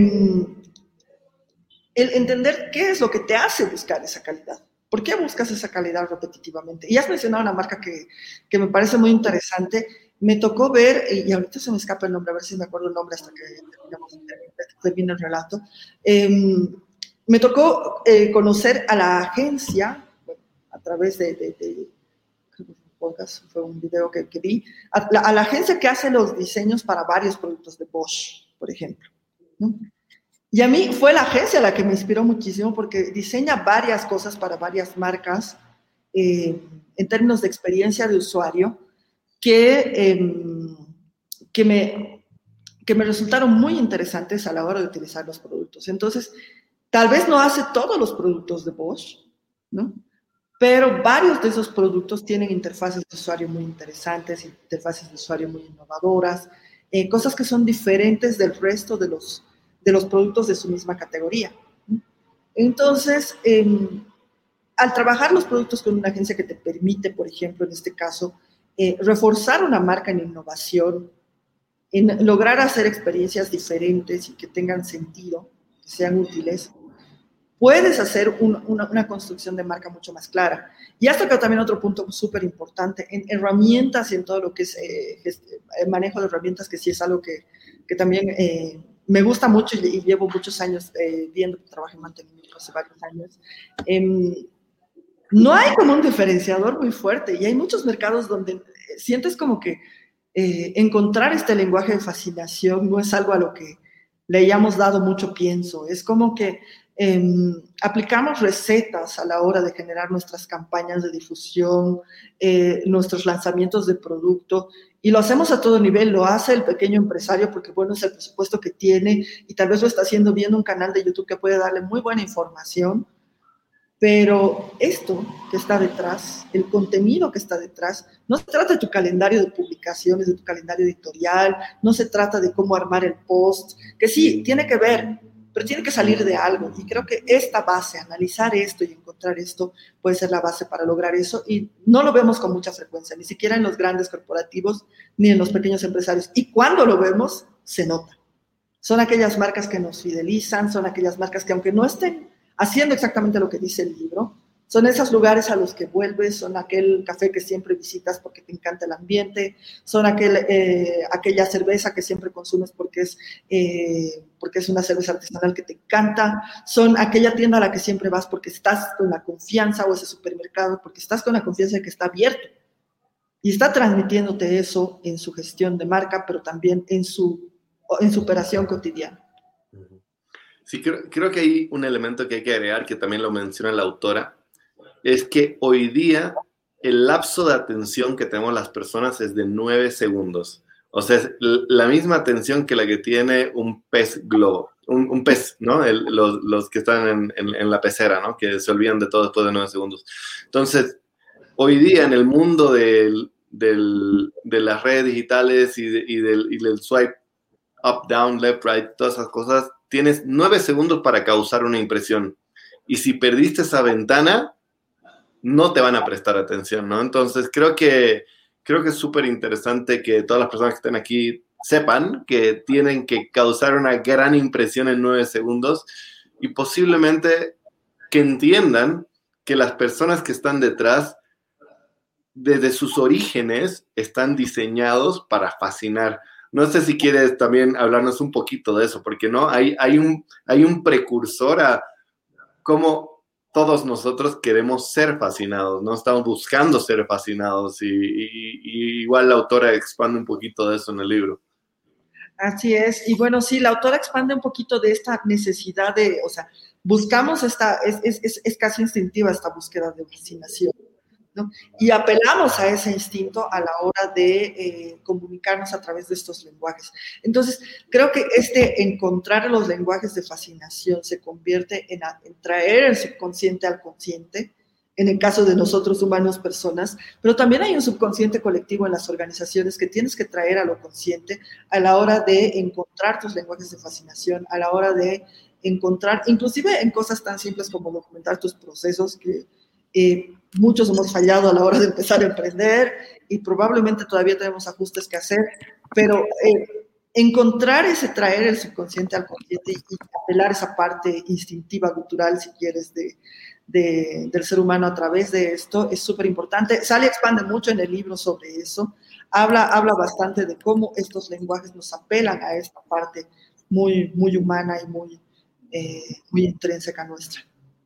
el entender qué es lo que te hace buscar esa calidad. ¿Por qué buscas esa calidad repetitivamente? Y has mencionado una marca que, que me parece muy interesante. Me tocó ver, y ahorita se me escapa el nombre, a ver si me acuerdo el nombre hasta que termine el relato. Eh, me tocó eh, conocer a la agencia, bueno, a través de, de, de podcast, fue un video que, que vi, a la, a la agencia que hace los diseños para varios productos de Bosch, por ejemplo, ¿no? Y a mí fue la agencia la que me inspiró muchísimo porque diseña varias cosas para varias marcas eh, en términos de experiencia de usuario que, eh, que, me, que me resultaron muy interesantes a la hora de utilizar los productos. Entonces, tal vez no hace todos los productos de Bosch, ¿no? Pero varios de esos productos tienen interfaces de usuario muy interesantes, interfaces de usuario muy innovadoras, eh, cosas que son diferentes del resto de los, de los productos de su misma categoría, ¿no? Entonces, eh, al trabajar los productos con una agencia que te permite, por ejemplo, en este caso, eh, reforzar una marca en innovación, en lograr hacer experiencias diferentes y que tengan sentido, que sean útiles, puedes hacer un, una, una construcción de marca mucho más clara. Y hasta acá también otro punto súper importante, en herramientas y en todo lo que es eh, el manejo de herramientas, que sí es algo que, que también eh, me gusta mucho y, y llevo muchos años eh, viendo, trabajo en mantenimiento hace varios años. Eh, no hay como un diferenciador muy fuerte y hay muchos mercados donde sientes como que eh, encontrar este lenguaje de fascinación no es algo a lo que le hayamos dado mucho pienso. Es como que eh, aplicamos recetas a la hora de generar nuestras campañas de difusión, eh, nuestros lanzamientos de producto, y lo hacemos a todo nivel. Lo hace el pequeño empresario porque, bueno, es el presupuesto que tiene y tal vez lo está haciendo viendo un canal de YouTube que puede darle muy buena información. Pero esto que está detrás, el contenido que está detrás, no se trata de tu calendario de publicaciones, de tu calendario editorial, no se trata de cómo armar el post, que sí, tiene que ver, pero tiene que salir de algo. Y creo que esta base, analizar esto y encontrar esto, puede ser la base para lograr eso. Y no lo vemos con mucha frecuencia, ni siquiera en los grandes corporativos, ni en los pequeños empresarios. Y cuando lo vemos, se nota. Son aquellas marcas que nos fidelizan, son aquellas marcas que, aunque no estén haciendo exactamente lo que dice el libro, son esos lugares a los que vuelves, son aquel café que siempre visitas porque te encanta el ambiente, son aquel, eh, aquella cerveza que siempre consumes porque es, eh, porque es una cerveza artesanal que te encanta, son aquella tienda a la que siempre vas porque estás con la confianza, o ese supermercado porque estás con la confianza de que está abierto y está transmitiéndote eso en su gestión de marca, pero también en su, en su operación cotidiana. Sí, creo, creo que hay un elemento que hay que agregar, que también lo menciona la autora, es que hoy día el lapso de atención que tenemos las personas es de nueve segundos. O sea, es la misma atención que la que tiene un pez globo, un, un pez, ¿no? El, los, los que están en, en, en la pecera, ¿no? Que se olvidan de todo después de nueve segundos. Entonces, hoy día en el mundo del, del, de las redes digitales y, de, y, del, y del swipe up, down, left, right, todas esas cosas, tienes nueve segundos para causar una impresión. Y si perdiste esa ventana, no te van a prestar atención, ¿no? Entonces, creo que, creo que es súper interesante que todas las personas que estén aquí sepan que tienen que causar una gran impresión en nueve segundos y posiblemente que entiendan que las personas que están detrás, desde sus orígenes, están diseñados para fascinar. No sé si quieres también hablarnos un poquito de eso, porque no hay, hay, un, hay un precursor a cómo todos nosotros queremos ser fascinados, ¿no? Estamos buscando ser fascinados y, y, y igual la autora expande un poquito de eso en el libro. Así es, y bueno, sí, la autora expande un poquito de esta necesidad de, o sea, buscamos esta, es, es, es, es casi instintiva esta búsqueda de fascinación, ¿no? Y apelamos a ese instinto a la hora de eh, comunicarnos a través de estos lenguajes. Entonces, creo que este encontrar los lenguajes de fascinación se convierte en, a, en traer el subconsciente al consciente, en el caso de nosotros humanos, personas, pero también hay un subconsciente colectivo en las organizaciones que tienes que traer a lo consciente a la hora de encontrar tus lenguajes de fascinación, a la hora de encontrar, inclusive en cosas tan simples como documentar tus procesos, que eh, muchos hemos fallado a la hora de empezar a emprender y probablemente todavía tenemos ajustes que hacer, pero eh, encontrar ese, traer el subconsciente al consciente y, y apelar esa parte instintiva, cultural, si quieres, de, de, del ser humano a través de esto es súper importante. Sally expande mucho en el libro sobre eso, habla, habla bastante de cómo estos lenguajes nos apelan a esta parte muy, muy humana y muy, eh, muy intrínseca nuestra.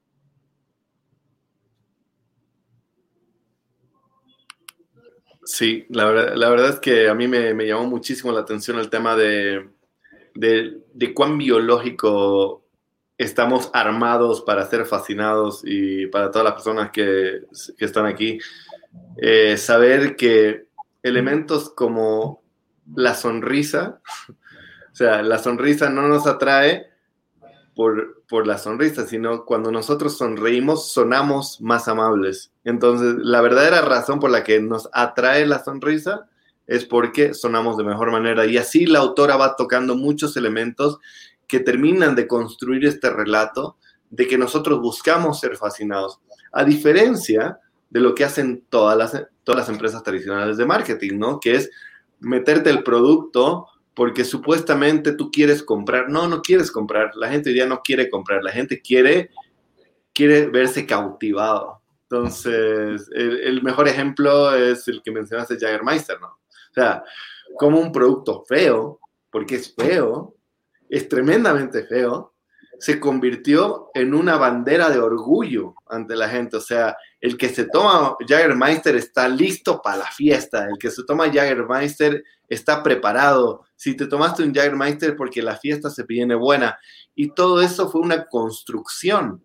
Sí, la verdad, la verdad es que a mí me, me llamó muchísimo la atención el tema de, de, de cuán biológico estamos armados para ser fascinados, y para todas las personas que, que están aquí, eh, saber que elementos como la sonrisa, o sea, la sonrisa no nos atrae por, por la sonrisa, sino cuando nosotros sonreímos, sonamos más amables. Entonces, la verdadera razón por la que nos atrae la sonrisa es porque sonamos de mejor manera. Y así la autora va tocando muchos elementos que terminan de construir este relato de que nosotros buscamos ser fascinados. A diferencia de lo que hacen todas las, todas las empresas tradicionales de marketing, ¿no? Que es meterte el producto porque supuestamente tú quieres comprar. No, no quieres comprar. La gente hoy día no quiere comprar. La gente quiere, quiere verse cautivado. Entonces, el, el mejor ejemplo es el que mencionaste, Jägermeister, ¿no? O sea, como un producto feo, porque es feo, es tremendamente feo, se convirtió en una bandera de orgullo ante la gente. O sea, el que se toma Jägermeister está listo para la fiesta. El que se toma Jägermeister está preparado. Si te tomaste un Jägermeister porque la fiesta se viene buena. Y todo eso fue una construcción.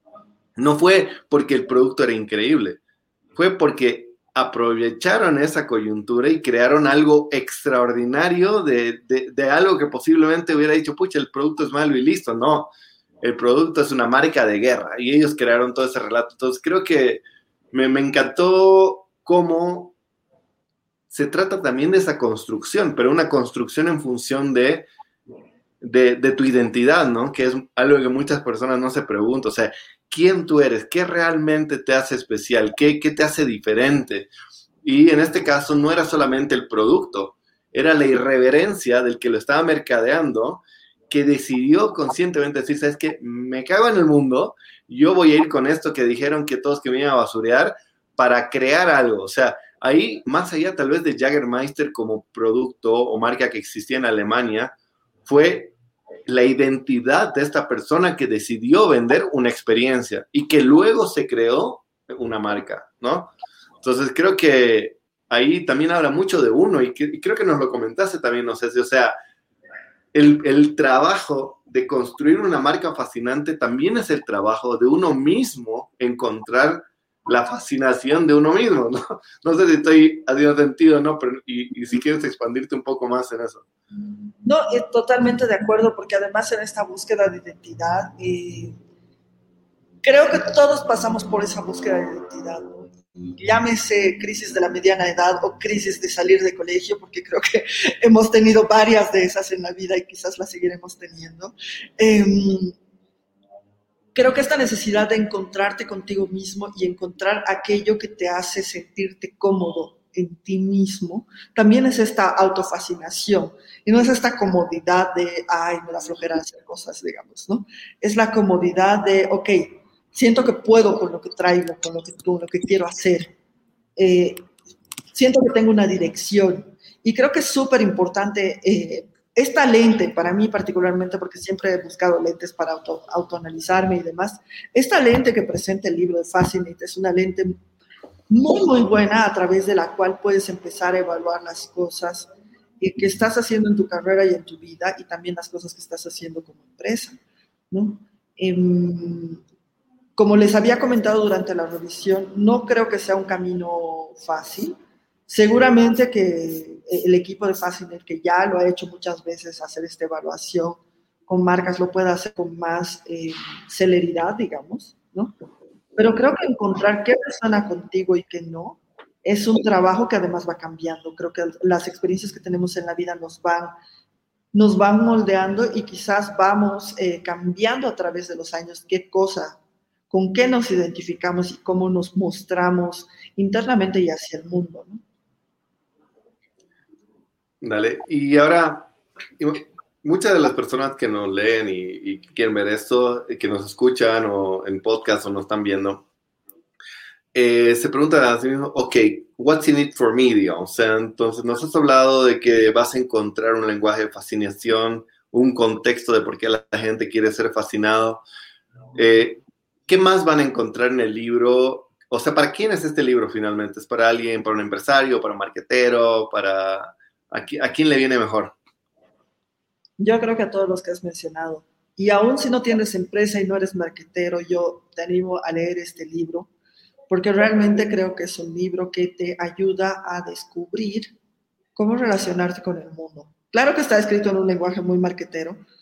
No fue porque el producto era increíble. Fue porque aprovecharon esa coyuntura y crearon algo extraordinario de, de, de algo que posiblemente hubiera dicho, pucha, el producto es malo y listo. No, el producto es una marca de guerra y ellos crearon todo ese relato. Entonces creo que me, me encantó cómo se trata también de esa construcción, pero una construcción en función de, de, de tu identidad, ¿no? Que es algo que muchas personas no se preguntan. O sea, ¿quién tú eres? ¿Qué realmente te hace especial? ¿Qué, qué te hace diferente? Y en este caso no era solamente el producto, era la irreverencia del que lo estaba mercadeando, que decidió conscientemente decir, ¿sabes qué? Me cago en el mundo, yo voy a ir con esto que dijeron que todos que me iban a basurear para crear algo. O sea, ahí, más allá tal vez de Jägermeister como producto o marca que existía en Alemania, fue la identidad de esta persona que decidió vender una experiencia y que luego se creó una marca, ¿no? Entonces creo que ahí también habla mucho de uno y, que, y creo que nos lo comentaste también, no sé si, o sea, el, el trabajo de construir una marca fascinante también es el trabajo de uno mismo encontrar la fascinación de uno mismo, ¿no? No sé si estoy haciendo sentido, ¿no? Pero, y, y si quieres expandirte un poco más en eso. No, eh, totalmente de acuerdo, porque además en esta búsqueda de identidad, eh, creo que todos pasamos por esa búsqueda de identidad, ¿no? Llámese crisis de la mediana edad o crisis de salir de colegio, porque creo que hemos tenido varias de esas en la vida y quizás las seguiremos teniendo. Eh, creo que esta necesidad de encontrarte contigo mismo y encontrar aquello que te hace sentirte cómodo en ti mismo, también es esta autofascinación. Y no es esta comodidad de, ay, me da flojera hacer cosas, digamos, ¿no? Es la comodidad de, ok, siento que puedo con lo que traigo, con lo que, con lo que quiero hacer. Eh, siento que tengo una dirección. Y creo que es súper importante eh, esta lente, para mí particularmente, porque siempre he buscado lentes para auto, autoanalizarme y demás. Esta lente que presenta el libro de Fascinate es una lente muy, muy buena a través de la cual puedes empezar a evaluar las cosas que estás haciendo en tu carrera y en tu vida y también las cosas que estás haciendo como empresa, ¿no? Eh, como les había comentado durante la revisión, no creo que sea un camino fácil. Seguramente que el equipo de Fascinate, que ya lo ha hecho muchas veces, hacer esta evaluación con marcas, lo puede hacer con más eh, celeridad, digamos, ¿no? Pero creo que encontrar qué resuena contigo y qué no, es un trabajo que además va cambiando. Creo que las experiencias que tenemos en la vida nos van, nos van moldeando y quizás vamos eh, cambiando a través de los años qué cosa, con qué nos identificamos y cómo nos mostramos internamente y hacia el mundo, ¿no? Dale, y ahora, muchas de las personas que nos leen y, y quieren ver esto, que nos escuchan o en podcast o nos están viendo, Eh, se pregunta a sí mismo, ok, what's in it for me, digamos? O sea, entonces nos has hablado de que vas a encontrar un lenguaje de fascinación, un contexto de por qué la gente quiere ser fascinado. Eh, ¿Qué más van a encontrar en el libro? O sea, ¿para quién es este libro finalmente? ¿Es para alguien, para un empresario, para un marketero, para... ¿A, a quién le viene mejor? Yo creo que a todos los que has mencionado. Y aún si no tienes empresa y no eres marketero, yo te animo a leer este libro, porque realmente creo que es un libro que te ayuda a descubrir cómo relacionarte con el mundo. Claro que está escrito en un lenguaje muy marketero,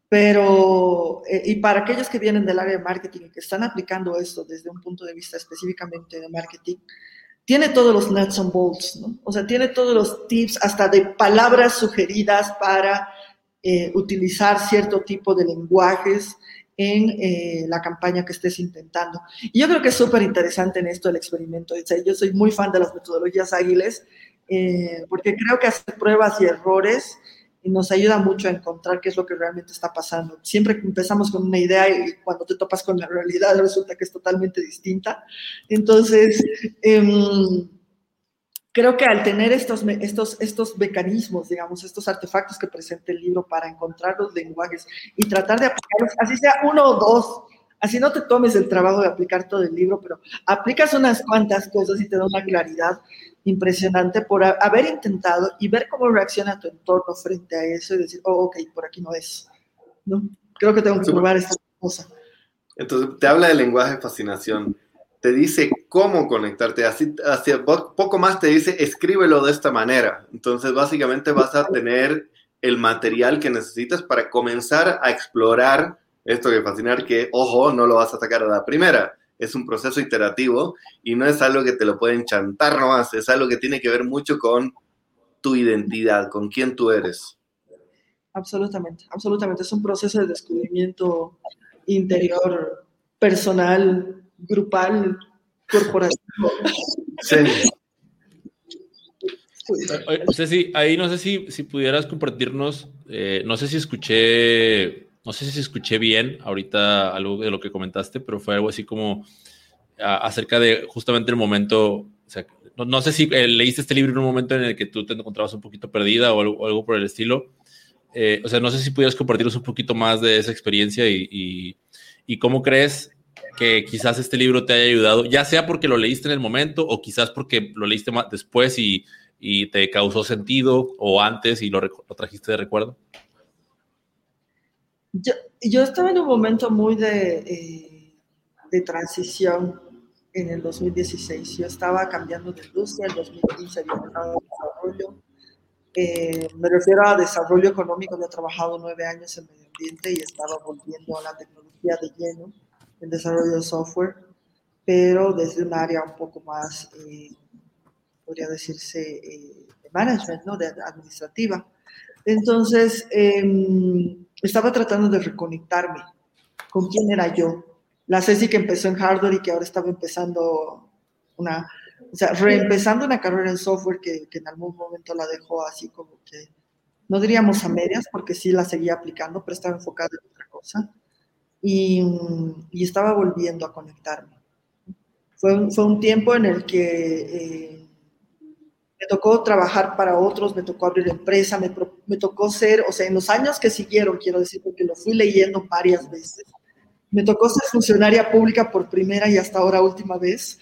Pero, eh, y para aquellos que vienen del área de marketing y que están aplicando esto desde un punto de vista específicamente de marketing, tiene todos los nuts and bolts, ¿no? O sea, tiene todos los tips, hasta de palabras sugeridas para eh, utilizar cierto tipo de lenguajes en eh, la campaña que estés intentando. Y yo creo que es súper interesante en esto el experimento. O sea, yo soy muy fan de las metodologías ágiles eh, porque creo que hacer pruebas y errores nos ayuda mucho a encontrar qué es lo que realmente está pasando. Siempre empezamos con una idea y cuando te topas con la realidad resulta que es totalmente distinta. Entonces, eh, creo que al tener estos, estos, estos mecanismos, digamos, estos artefactos que presenta el libro para encontrar los lenguajes y tratar de aplicarlos, así sea uno o dos, así no te tomes el trabajo de aplicar todo el libro, pero aplicas unas cuantas cosas y te da una claridad impresionante por haber intentado y ver cómo reacciona tu entorno frente a eso y decir, oh, ok, por aquí no es, ¿no? Creo que tengo que probar esta cosa. Entonces, te habla del lenguaje de fascinación, te dice cómo conectarte, así, hacia poco más te dice, escríbelo de esta manera. Entonces, básicamente vas a tener el material que necesitas para comenzar a explorar esto de fascinar, que, ojo, no lo vas a sacar a la primera. Es un proceso iterativo y no es algo que te lo pueden chantar nomás, es algo que tiene que ver mucho con tu identidad, con quién tú eres. Absolutamente, absolutamente. Es un proceso de descubrimiento interior, personal, grupal, corporativo. Sí. Ceci, ahí no sé si, si pudieras compartirnos, eh, no sé si escuché... No sé si escuché bien ahorita algo de lo que comentaste, pero fue algo así como a, acerca de justamente el momento, o sea, no, no sé si eh, leíste este libro en un momento en el que tú te encontrabas un poquito perdida o algo, o algo por el estilo. Eh, o sea, no sé si pudieras compartirnos un poquito más de esa experiencia y, y, y cómo crees que quizás este libro te haya ayudado, ya sea porque lo leíste en el momento o quizás porque lo leíste más después y, y te causó sentido o antes y lo, lo trajiste de recuerdo. Yo, yo estaba en un momento muy de, eh, de transición en el dos mil dieciséis. Yo estaba cambiando de industria, en el dos mil quince había entrado a desarrollo. Eh, me refiero a desarrollo económico, había trabajado nueve años en medio ambiente y estaba volviendo a la tecnología de lleno, en desarrollo de software, pero desde un área un poco más, eh, podría decirse, eh, de management, ¿no? De administrativa. Entonces, eh, estaba tratando de reconectarme con quién era yo. La Ceci que empezó en hardware y que ahora estaba empezando una, o sea, reempezando una carrera en software que, que en algún momento la dejó así como que, no diríamos a medias, porque sí la seguía aplicando, pero estaba enfocada en otra cosa. Y, y estaba volviendo a conectarme. Fue un, fue un tiempo en el que... Eh, me tocó trabajar para otros, me tocó abrir empresa, me, me tocó ser, o sea, en los años que siguieron, quiero decir, porque lo fui leyendo varias veces, me tocó ser funcionaria pública por primera y hasta ahora última vez.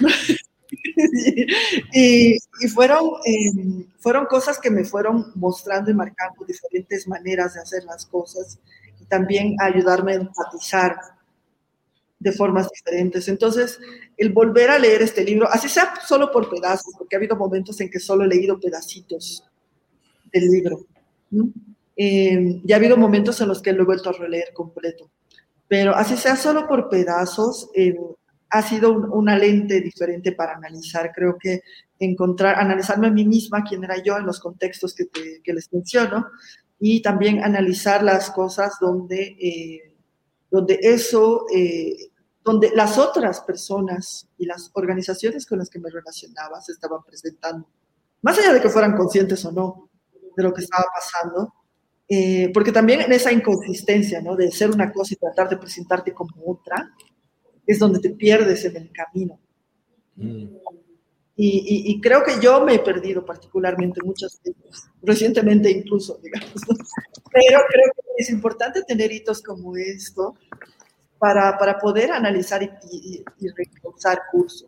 y, y fueron, eh, fueron cosas que me fueron mostrando y marcando diferentes maneras de hacer las cosas y también ayudarme a empatizar de formas diferentes. Entonces, el volver a leer este libro, así sea solo por pedazos, porque ha habido momentos en que solo he leído pedacitos del libro, ¿no? Eh, y ha habido momentos en los que lo he vuelto a releer completo. Pero así sea solo por pedazos, eh, ha sido un, una lente diferente para analizar. Creo que encontrar, analizarme a mí misma, quién era yo en los contextos que, te, que les menciono, y también analizar las cosas donde... Eh, donde eso, eh, donde las otras personas y las organizaciones con las que me relacionaba se estaban presentando, más allá de que fueran conscientes o no de lo que estaba pasando, eh, porque también en esa inconsistencia, ¿no? De ser una cosa y tratar de presentarte como otra, es donde te pierdes en el camino. Mm. Y, y, y creo que yo me he perdido particularmente muchas veces, recientemente incluso, digamos, ¿no? Pero creo que es importante tener hitos como esto para, para poder analizar y, y, y reforzar curso.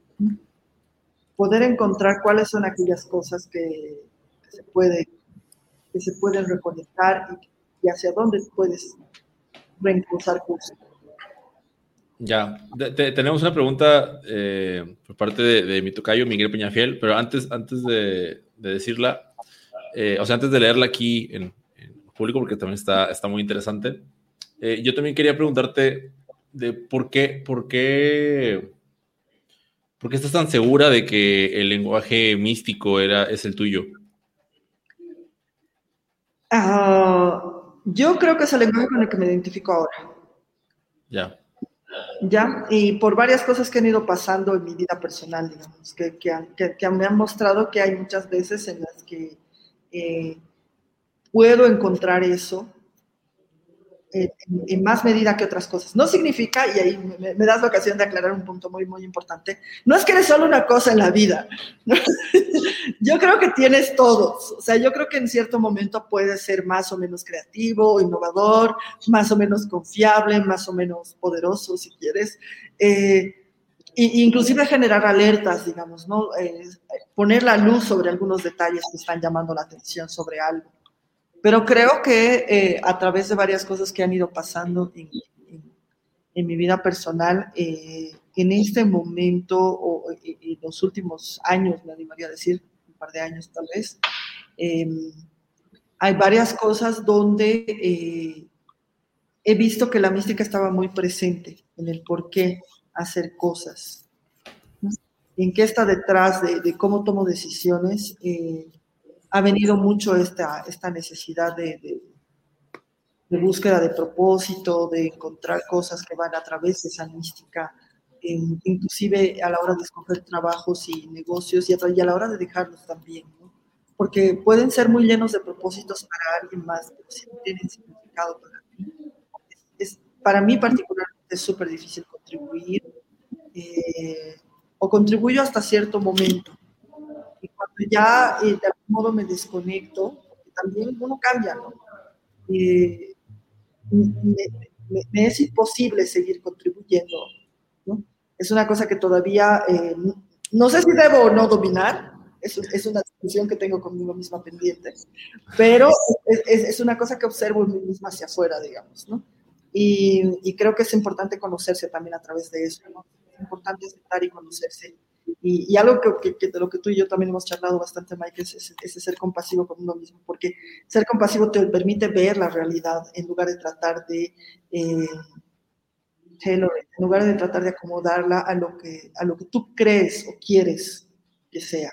Poder encontrar cuáles son aquellas cosas que, que, se, puede, que se pueden reconectar y, y hacia dónde puedes reencauzar curso. Ya, de, de, tenemos una pregunta eh, por parte de, de mi tocayo Miguel Peñafiel, pero antes, antes de, de decirla, eh, o sea, antes de leerla aquí en, en público porque también está, está muy interesante. Eh, yo también quería preguntarte de por qué, por qué, por qué estás tan segura de que el lenguaje místico era, es el tuyo. Uh, yo creo que es el lenguaje con el que me identifico ahora. Ya. Ya, y por varias cosas que han ido pasando en mi vida personal, digamos, que, que, han, que, que me han mostrado que hay muchas veces en las que eh, puedo encontrar eso eh, en, en más medida que otras cosas. No significa, y ahí me, me das la ocasión de aclarar un punto muy, muy importante, no es que eres solo una cosa en la vida, ¿no? Yo creo que tienes todos, o sea, yo creo que en cierto momento puedes ser más o menos creativo, innovador, más o menos confiable, más o menos poderoso, si quieres, eh, e inclusive generar alertas, digamos, ¿no? Eh, poner la luz sobre algunos detalles que están llamando la atención sobre algo. Pero creo que eh, a través de varias cosas que han ido pasando en, en, en mi vida personal, eh, en este momento o en los últimos años, me animaría a decir, un par de años tal vez, eh, hay varias cosas donde eh, he visto que la mística estaba muy presente en el por qué hacer cosas, ¿no? En qué está detrás de, de cómo tomo decisiones. Eh, ha venido mucho esta, esta necesidad de, de, de búsqueda de propósito, de encontrar cosas que van a través de esa mística, eh, inclusive a la hora de escoger trabajos y negocios y a, y a la hora de dejarlos también, ¿no? Porque pueden ser muy llenos de propósitos para alguien más, pero si no tienen significado para mí, es, es, para mí particularmente es súper difícil contribuir, eh, o contribuyo hasta cierto momento. Y cuando ya eh, de algún modo me desconecto, porque también uno cambia, ¿no? Eh, me, me, me es imposible seguir contribuyendo, ¿no? Es una cosa que todavía eh, no sé si debo o no dominar, es, es una discusión que tengo conmigo misma pendiente, pero es, es, es una cosa que observo en mí misma hacia afuera, digamos, ¿no? Y, y creo que es importante conocerse también a través de eso, ¿no? Es importante aceptar y conocerse. Y, y algo que, que, que de lo que tú y yo también hemos charlado bastante, Mike, es ese, ese ser compasivo con uno mismo, porque ser compasivo te permite ver la realidad en lugar de tratar de eh, en lugar de tratar de acomodarla a lo que a lo que tú crees o quieres que sea.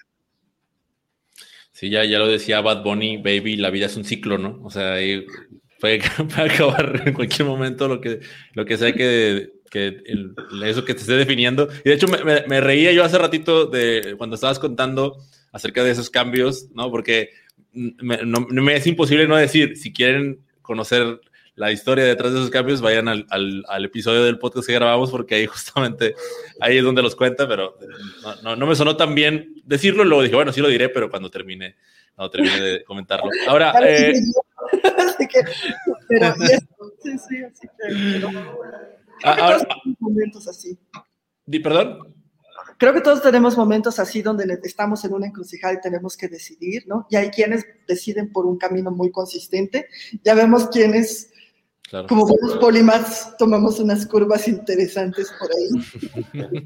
Sí, ya, ya lo decía Bad Bunny, baby, la vida es un ciclo, ¿no? O sea, puede, puede acabar en cualquier momento lo que, lo que sea que que el, eso que te esté definiendo. Y de hecho me, me, me reía yo hace ratito de cuando estabas contando acerca de esos cambios, ¿no? Porque me, no, me es imposible no decir, si quieren conocer la historia detrás de esos cambios, vayan al, al, al episodio del podcast que grabamos, porque ahí justamente, ahí es donde los cuenta, pero no, no, no me sonó tan bien decirlo, luego dije, bueno, sí lo diré, pero cuando termine, cuando termine de comentarlo. Ahora, eh, así que, pero, sí, sí, así que, pero, creo que ahora, todos tenemos momentos así. ¿Di perdón? Creo que todos tenemos momentos así donde estamos en una encrucijada y tenemos que decidir, ¿no? Y hay quienes deciden por un camino muy consistente. Ya vemos quienes, claro, como buenos polímatas, tomamos unas curvas interesantes por ahí.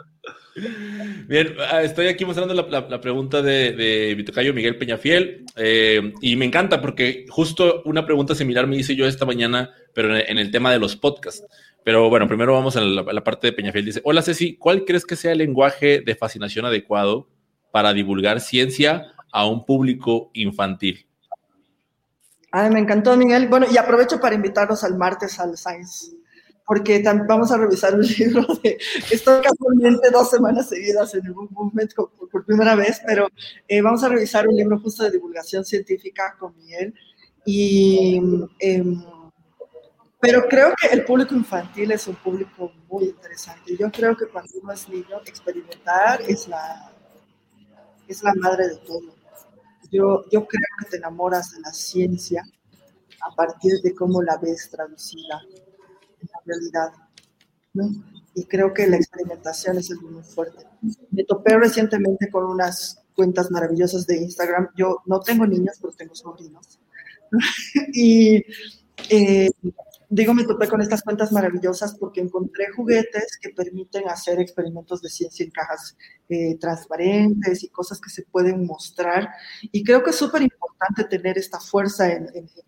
Bien, estoy aquí mostrando la, la, la pregunta de, de mi tocayo Miguel Peñafiel, eh, y me encanta porque justo una pregunta similar me hice yo esta mañana, pero en, en el tema de los podcasts. Pero bueno, primero vamos a la, a la parte de Peñafiel. Dice, hola Ceci, ¿cuál crees que sea el lenguaje de fascinación adecuado para divulgar ciencia a un público infantil? Ay, me encantó, Miguel. Bueno, y aprovecho para invitarlos al martes al Science, porque vamos a revisar un libro de, estoy casualmente dos semanas seguidas en el Book Movement por, por primera vez, pero eh, vamos a revisar un libro justo de divulgación científica con Miguel. Y, eh, pero creo que el público infantil es un público muy interesante. Yo creo que cuando uno es niño, experimentar es la, es la madre de todo. Yo, yo creo que te enamoras de la ciencia a partir de cómo la ves traducida en la realidad, ¿no? Y creo que la experimentación es algo muy fuerte. Me topé recientemente con unas cuentas maravillosas de Instagram. Yo no tengo niños, pero tengo sobrinos. y eh, digo, me topé con estas cuentas maravillosas porque encontré juguetes que permiten hacer experimentos de ciencia en cajas eh, transparentes y cosas que se pueden mostrar. Y creo que es súper importante tener esta fuerza en, en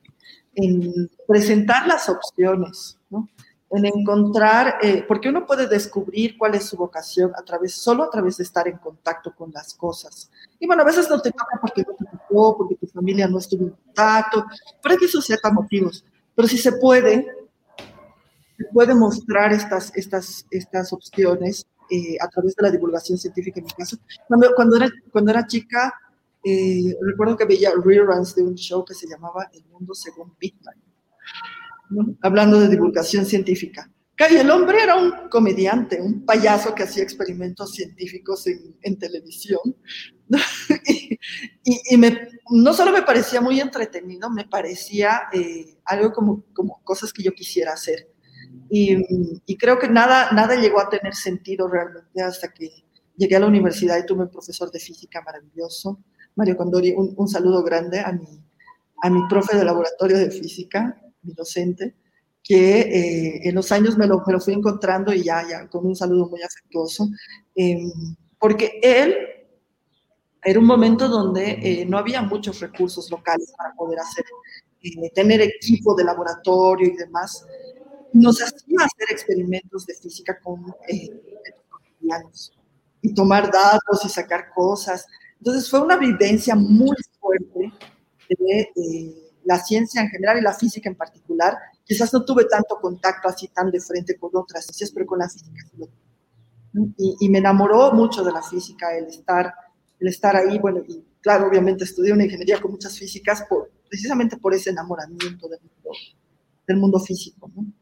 en presentar las opciones, ¿no? En encontrar, eh, porque uno puede descubrir cuál es su vocación a través, solo a través de estar en contacto con las cosas. Y bueno, a veces no te toca porque no te tocó, porque tu familia no estuvo en contacto, por esos ciertos motivos. Pero si se puede, se puede mostrar estas, estas, estas opciones eh, a través de la divulgación científica en mi caso. Cuando, cuando, era, cuando era chica, eh, recuerdo que veía reruns de un show que se llamaba El Mundo Según Pitman, ¿no? Hablando de divulgación científica. Y el hombre era un comediante, un payaso que hacía experimentos científicos en, en televisión. y y, y me, no solo me parecía muy entretenido, me parecía eh, algo como, como cosas que yo quisiera hacer. Y, y creo que nada, nada llegó a tener sentido realmente hasta que llegué a la universidad y tuve un profesor de física maravilloso, Mario Condori. Un, un saludo grande a mi, a mi profe de laboratorio de física, mi docente, que eh, en los años me lo, me lo fui encontrando y ya, ya con un saludo muy afectuoso, eh, porque él era un momento donde eh, no había muchos recursos locales para poder hacer, eh, tener equipo de laboratorio y demás. Nos hacía hacer experimentos de física con eh, cotidianos y tomar datos y sacar cosas. Entonces fue una vivencia muy fuerte de eh, la ciencia en general y la física en particular. Quizás no tuve tanto contacto así tan de frente con otras ciencias, pero con la física sí lo tuve. Y, y me enamoró mucho de la física, el estar, el estar ahí. Bueno, y claro, obviamente estudié una ingeniería con muchas físicas por, precisamente por ese enamoramiento del mundo, del mundo físico, ¿no?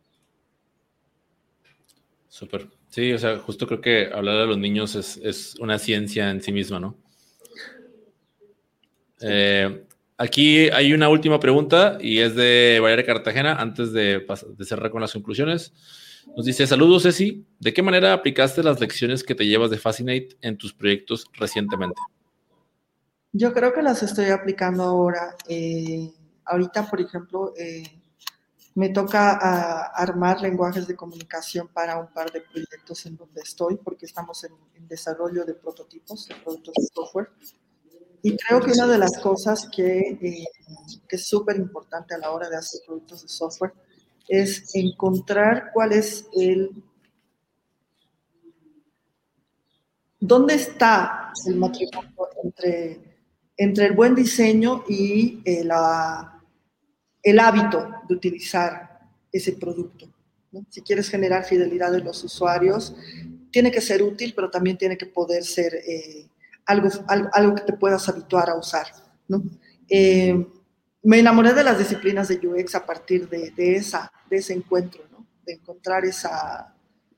Súper. Sí, o sea, justo creo que hablar a los niños es, es una ciencia en sí misma, ¿no? Eh, aquí hay una última pregunta y es de Valeria Cartagena, antes de, de cerrar con las conclusiones. Nos dice, saludos Ceci, ¿de qué manera aplicaste las lecciones que te llevas de Fascinate en tus proyectos recientemente? Yo creo que las estoy aplicando ahora. Eh, ahorita, por ejemplo, eh, me toca a, armar lenguajes de comunicación para un par de proyectos en donde estoy, porque estamos en, en desarrollo de prototipos, de productos de software. Y creo que una de las cosas que, eh, que es súper importante a la hora de hacer productos de software es encontrar cuál es el... ¿Dónde está el matrimonio entre, entre el buen diseño y eh, la, el hábito de utilizar ese producto, ¿no? Si quieres generar fidelidad de los usuarios, tiene que ser útil, pero también tiene que poder ser... Eh, Algo, algo, algo que te puedas habituar a usar, ¿no? Eh, me enamoré de las disciplinas de U X a partir de, de, esa, de ese encuentro, ¿no? De encontrar esa,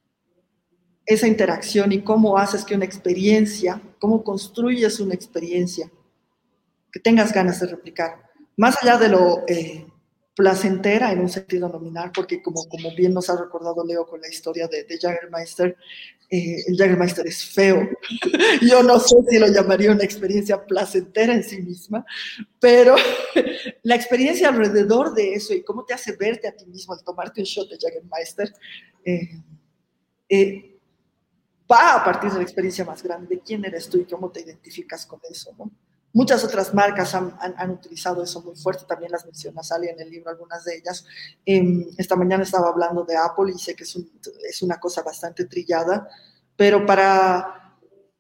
esa interacción y cómo haces que una experiencia, cómo construyes una experiencia que tengas ganas de replicar. Más allá de lo eh, placentera en un sentido nominal, porque como, como bien nos ha recordado Leo con la historia de, de Jägermeister, eh, el Jägermeister es feo. Yo no sé si lo llamaría una experiencia placentera en sí misma, pero la experiencia alrededor de eso y cómo te hace verte a ti mismo al tomarte un shot de Jägermeister, eh, eh, va a partir de la experiencia más grande de quién eres tú y cómo te identificas con eso, ¿no? Muchas otras marcas han, han, han utilizado eso muy fuerte, también las menciona Sally en el libro, algunas de ellas. Eh, esta mañana estaba hablando de Apple y sé que es, un, es una cosa bastante trillada, pero para...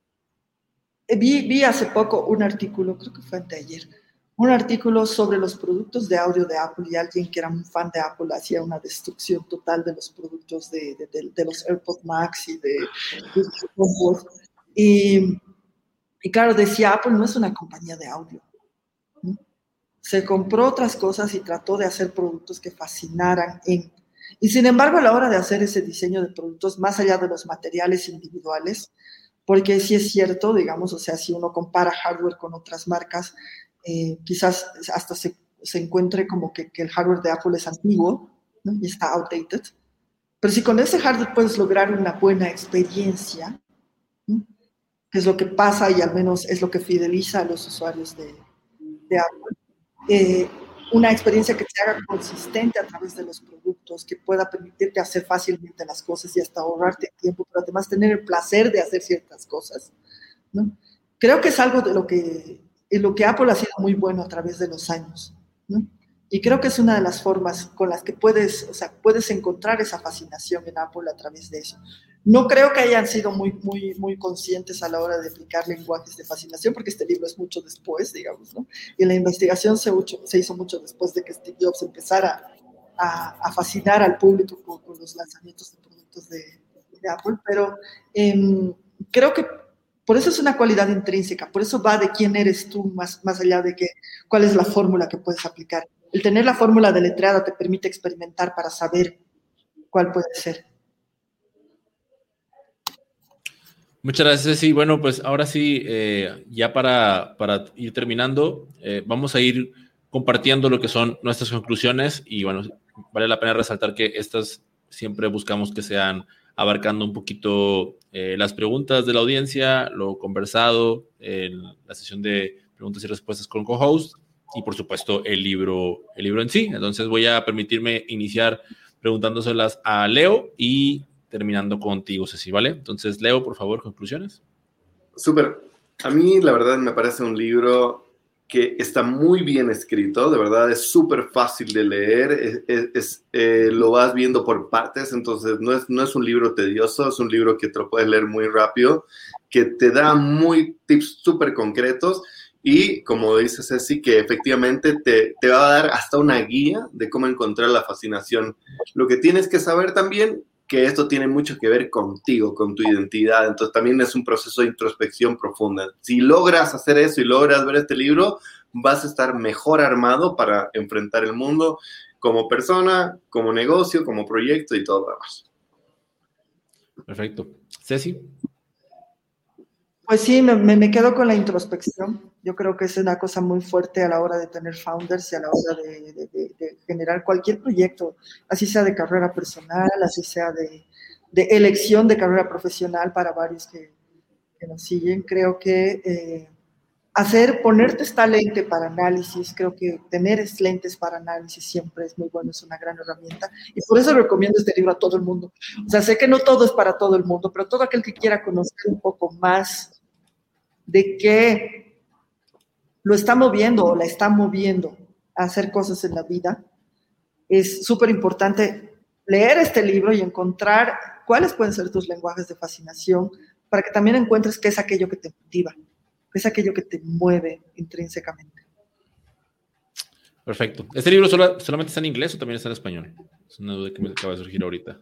Vi, vi hace poco un artículo, creo que fue anteayer, un artículo sobre los productos de audio de Apple y alguien que era un fan de Apple hacía una destrucción total de los productos de, de, de, de los AirPods Max y de, de HomePod. Y... Y claro, decía, Apple no es una compañía de audio, ¿no? Se compró otras cosas y trató de hacer productos que fascinaran en... Y sin embargo, a la hora de hacer ese diseño de productos, más allá de los materiales individuales, porque sí es cierto, digamos, o sea, si uno compara hardware con otras marcas, eh, quizás hasta se, se encuentre como que, que el hardware de Apple es antiguo, ¿no? Y está outdated. Pero si con ese hardware puedes lograr una buena experiencia, ¿no? Que es lo que pasa y al menos es lo que fideliza a los usuarios de, de Apple. Eh, una experiencia que te haga consistente a través de los productos, que pueda permitirte hacer fácilmente las cosas y hasta ahorrarte tiempo, pero además tener el placer de hacer ciertas cosas, ¿no? Creo que es algo de lo que, en lo que Apple ha sido muy bueno a través de los años, ¿no? Y creo que es una de las formas con las que puedes, o sea, puedes encontrar esa fascinación en Apple a través de eso. No creo que hayan sido muy, muy, muy conscientes a la hora de aplicar lenguajes de fascinación, porque este libro es mucho después, digamos, ¿no? Y la investigación se, mucho, se hizo mucho después de que Steve Jobs empezara a, a fascinar al público con, con los lanzamientos de productos de, de Apple, pero eh, creo que por eso es una cualidad intrínseca, por eso va de quién eres tú, más, más allá de que, cuál es la fórmula que puedes aplicar. El tener la fórmula deletreada te permite experimentar para saber cuál puede ser. Muchas gracias, Ceci. Bueno, pues ahora sí, eh, ya para, para ir terminando, eh, vamos a ir compartiendo lo que son nuestras conclusiones y bueno, vale la pena resaltar que estas siempre buscamos que sean abarcando un poquito eh, las preguntas de la audiencia, lo conversado en la sesión de preguntas y respuestas con co-host y por supuesto el libro, el libro en sí. Entonces voy a permitirme iniciar preguntándoselas a Leo y terminando contigo, Ceci, ¿vale? Entonces, Leo, por favor, conclusiones. Súper. A mí, la verdad, me parece un libro que está muy bien escrito, de verdad, es súper fácil de leer, es, es, es, eh, lo vas viendo por partes, entonces no es, no es un libro tedioso, es un libro que te lo puedes leer muy rápido, que te da muy tips súper concretos y, como dice Ceci, que efectivamente te, te va a dar hasta una guía de cómo encontrar la fascinación. Lo que tienes que saber también que esto tiene mucho que ver contigo, con tu identidad, entonces también es un proceso de introspección profunda. Si logras hacer eso y logras ver este libro, vas a estar mejor armado para enfrentar el mundo como persona, como negocio, como proyecto y todo lo demás. Perfecto. Ceci. Pues sí, me, me quedo con la introspección. Yo creo que es una cosa muy fuerte a la hora de tener founders y a la hora de, de, de, de generar cualquier proyecto, así sea de carrera personal, así sea de, de elección de carrera profesional para varios que, que nos siguen. Creo que eh, hacer, ponerte esta lente para análisis, creo que tener lentes para análisis siempre es muy bueno, es una gran herramienta. Y por eso recomiendo este libro a todo el mundo. O sea, sé que no todo es para todo el mundo, pero todo aquel que quiera conocer un poco más de qué lo está moviendo o la está moviendo a hacer cosas en la vida, es súper importante leer este libro y encontrar cuáles pueden ser tus lenguajes de fascinación para que también encuentres qué es aquello que te motiva, qué es aquello que te mueve intrínsecamente. Perfecto. ¿Este libro solo, solamente está en inglés o también está en español? Es una duda que me acaba de surgir ahorita.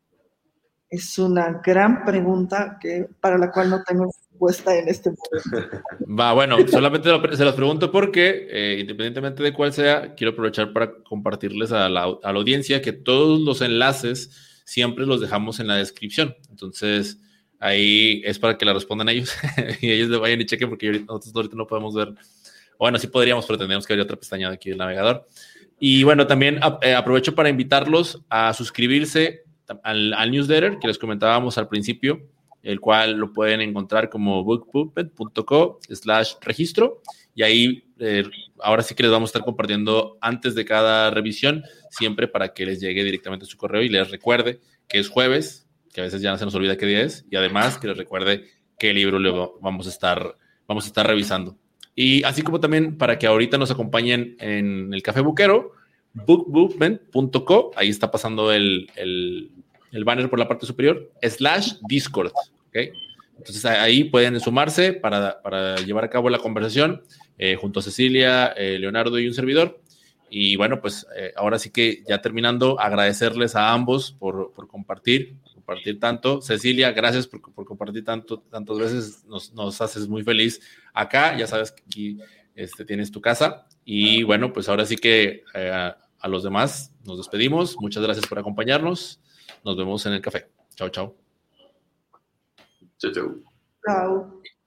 Es una gran pregunta que, para la cual no tengo respuesta en este momento. Va, bueno, solamente lo, se los pregunto porque, eh, independientemente de cuál sea, quiero aprovechar para compartirles a la, a la audiencia que todos los enlaces siempre los dejamos en la descripción. Entonces, ahí es para que la respondan ellos y ellos le vayan y chequen porque ahorita, nosotros ahorita no podemos ver. Bueno, sí podríamos, pero tendríamos que abrir otra pestaña de aquí del navegador. Y bueno, también eh, aprovecho para invitarlos a suscribirse al, al newsletter que les comentábamos al principio, el cual lo pueden encontrar como bookpuppet.co slash registro. Y ahí eh, ahora sí que les vamos a estar compartiendo antes de cada revisión, siempre para que les llegue directamente a su correo y les recuerde que es jueves, que a veces ya no se nos olvida qué día es, y además que les recuerde qué libro le vamos a estar, vamos a estar revisando. Y así como también para que ahorita nos acompañen en el Café Buquero, bookmovement punto co, ahí está pasando el, el, el banner por la parte superior, slash Discord, ¿ok? Entonces ahí pueden sumarse para, para llevar a cabo la conversación eh, junto a Cecilia, eh, Leonardo y un servidor. Y bueno, pues eh, ahora sí que ya terminando, agradecerles a ambos por, por compartir, compartir tanto. Cecilia, gracias por, por compartir tanto, tantas veces, nos, nos haces muy feliz acá, ya sabes que aquí este, tienes tu casa. Y bueno, pues ahora sí que eh, a, a los demás nos despedimos. Muchas gracias por acompañarnos. Nos vemos en el café. Chao, chao. Chao, chao. Chao.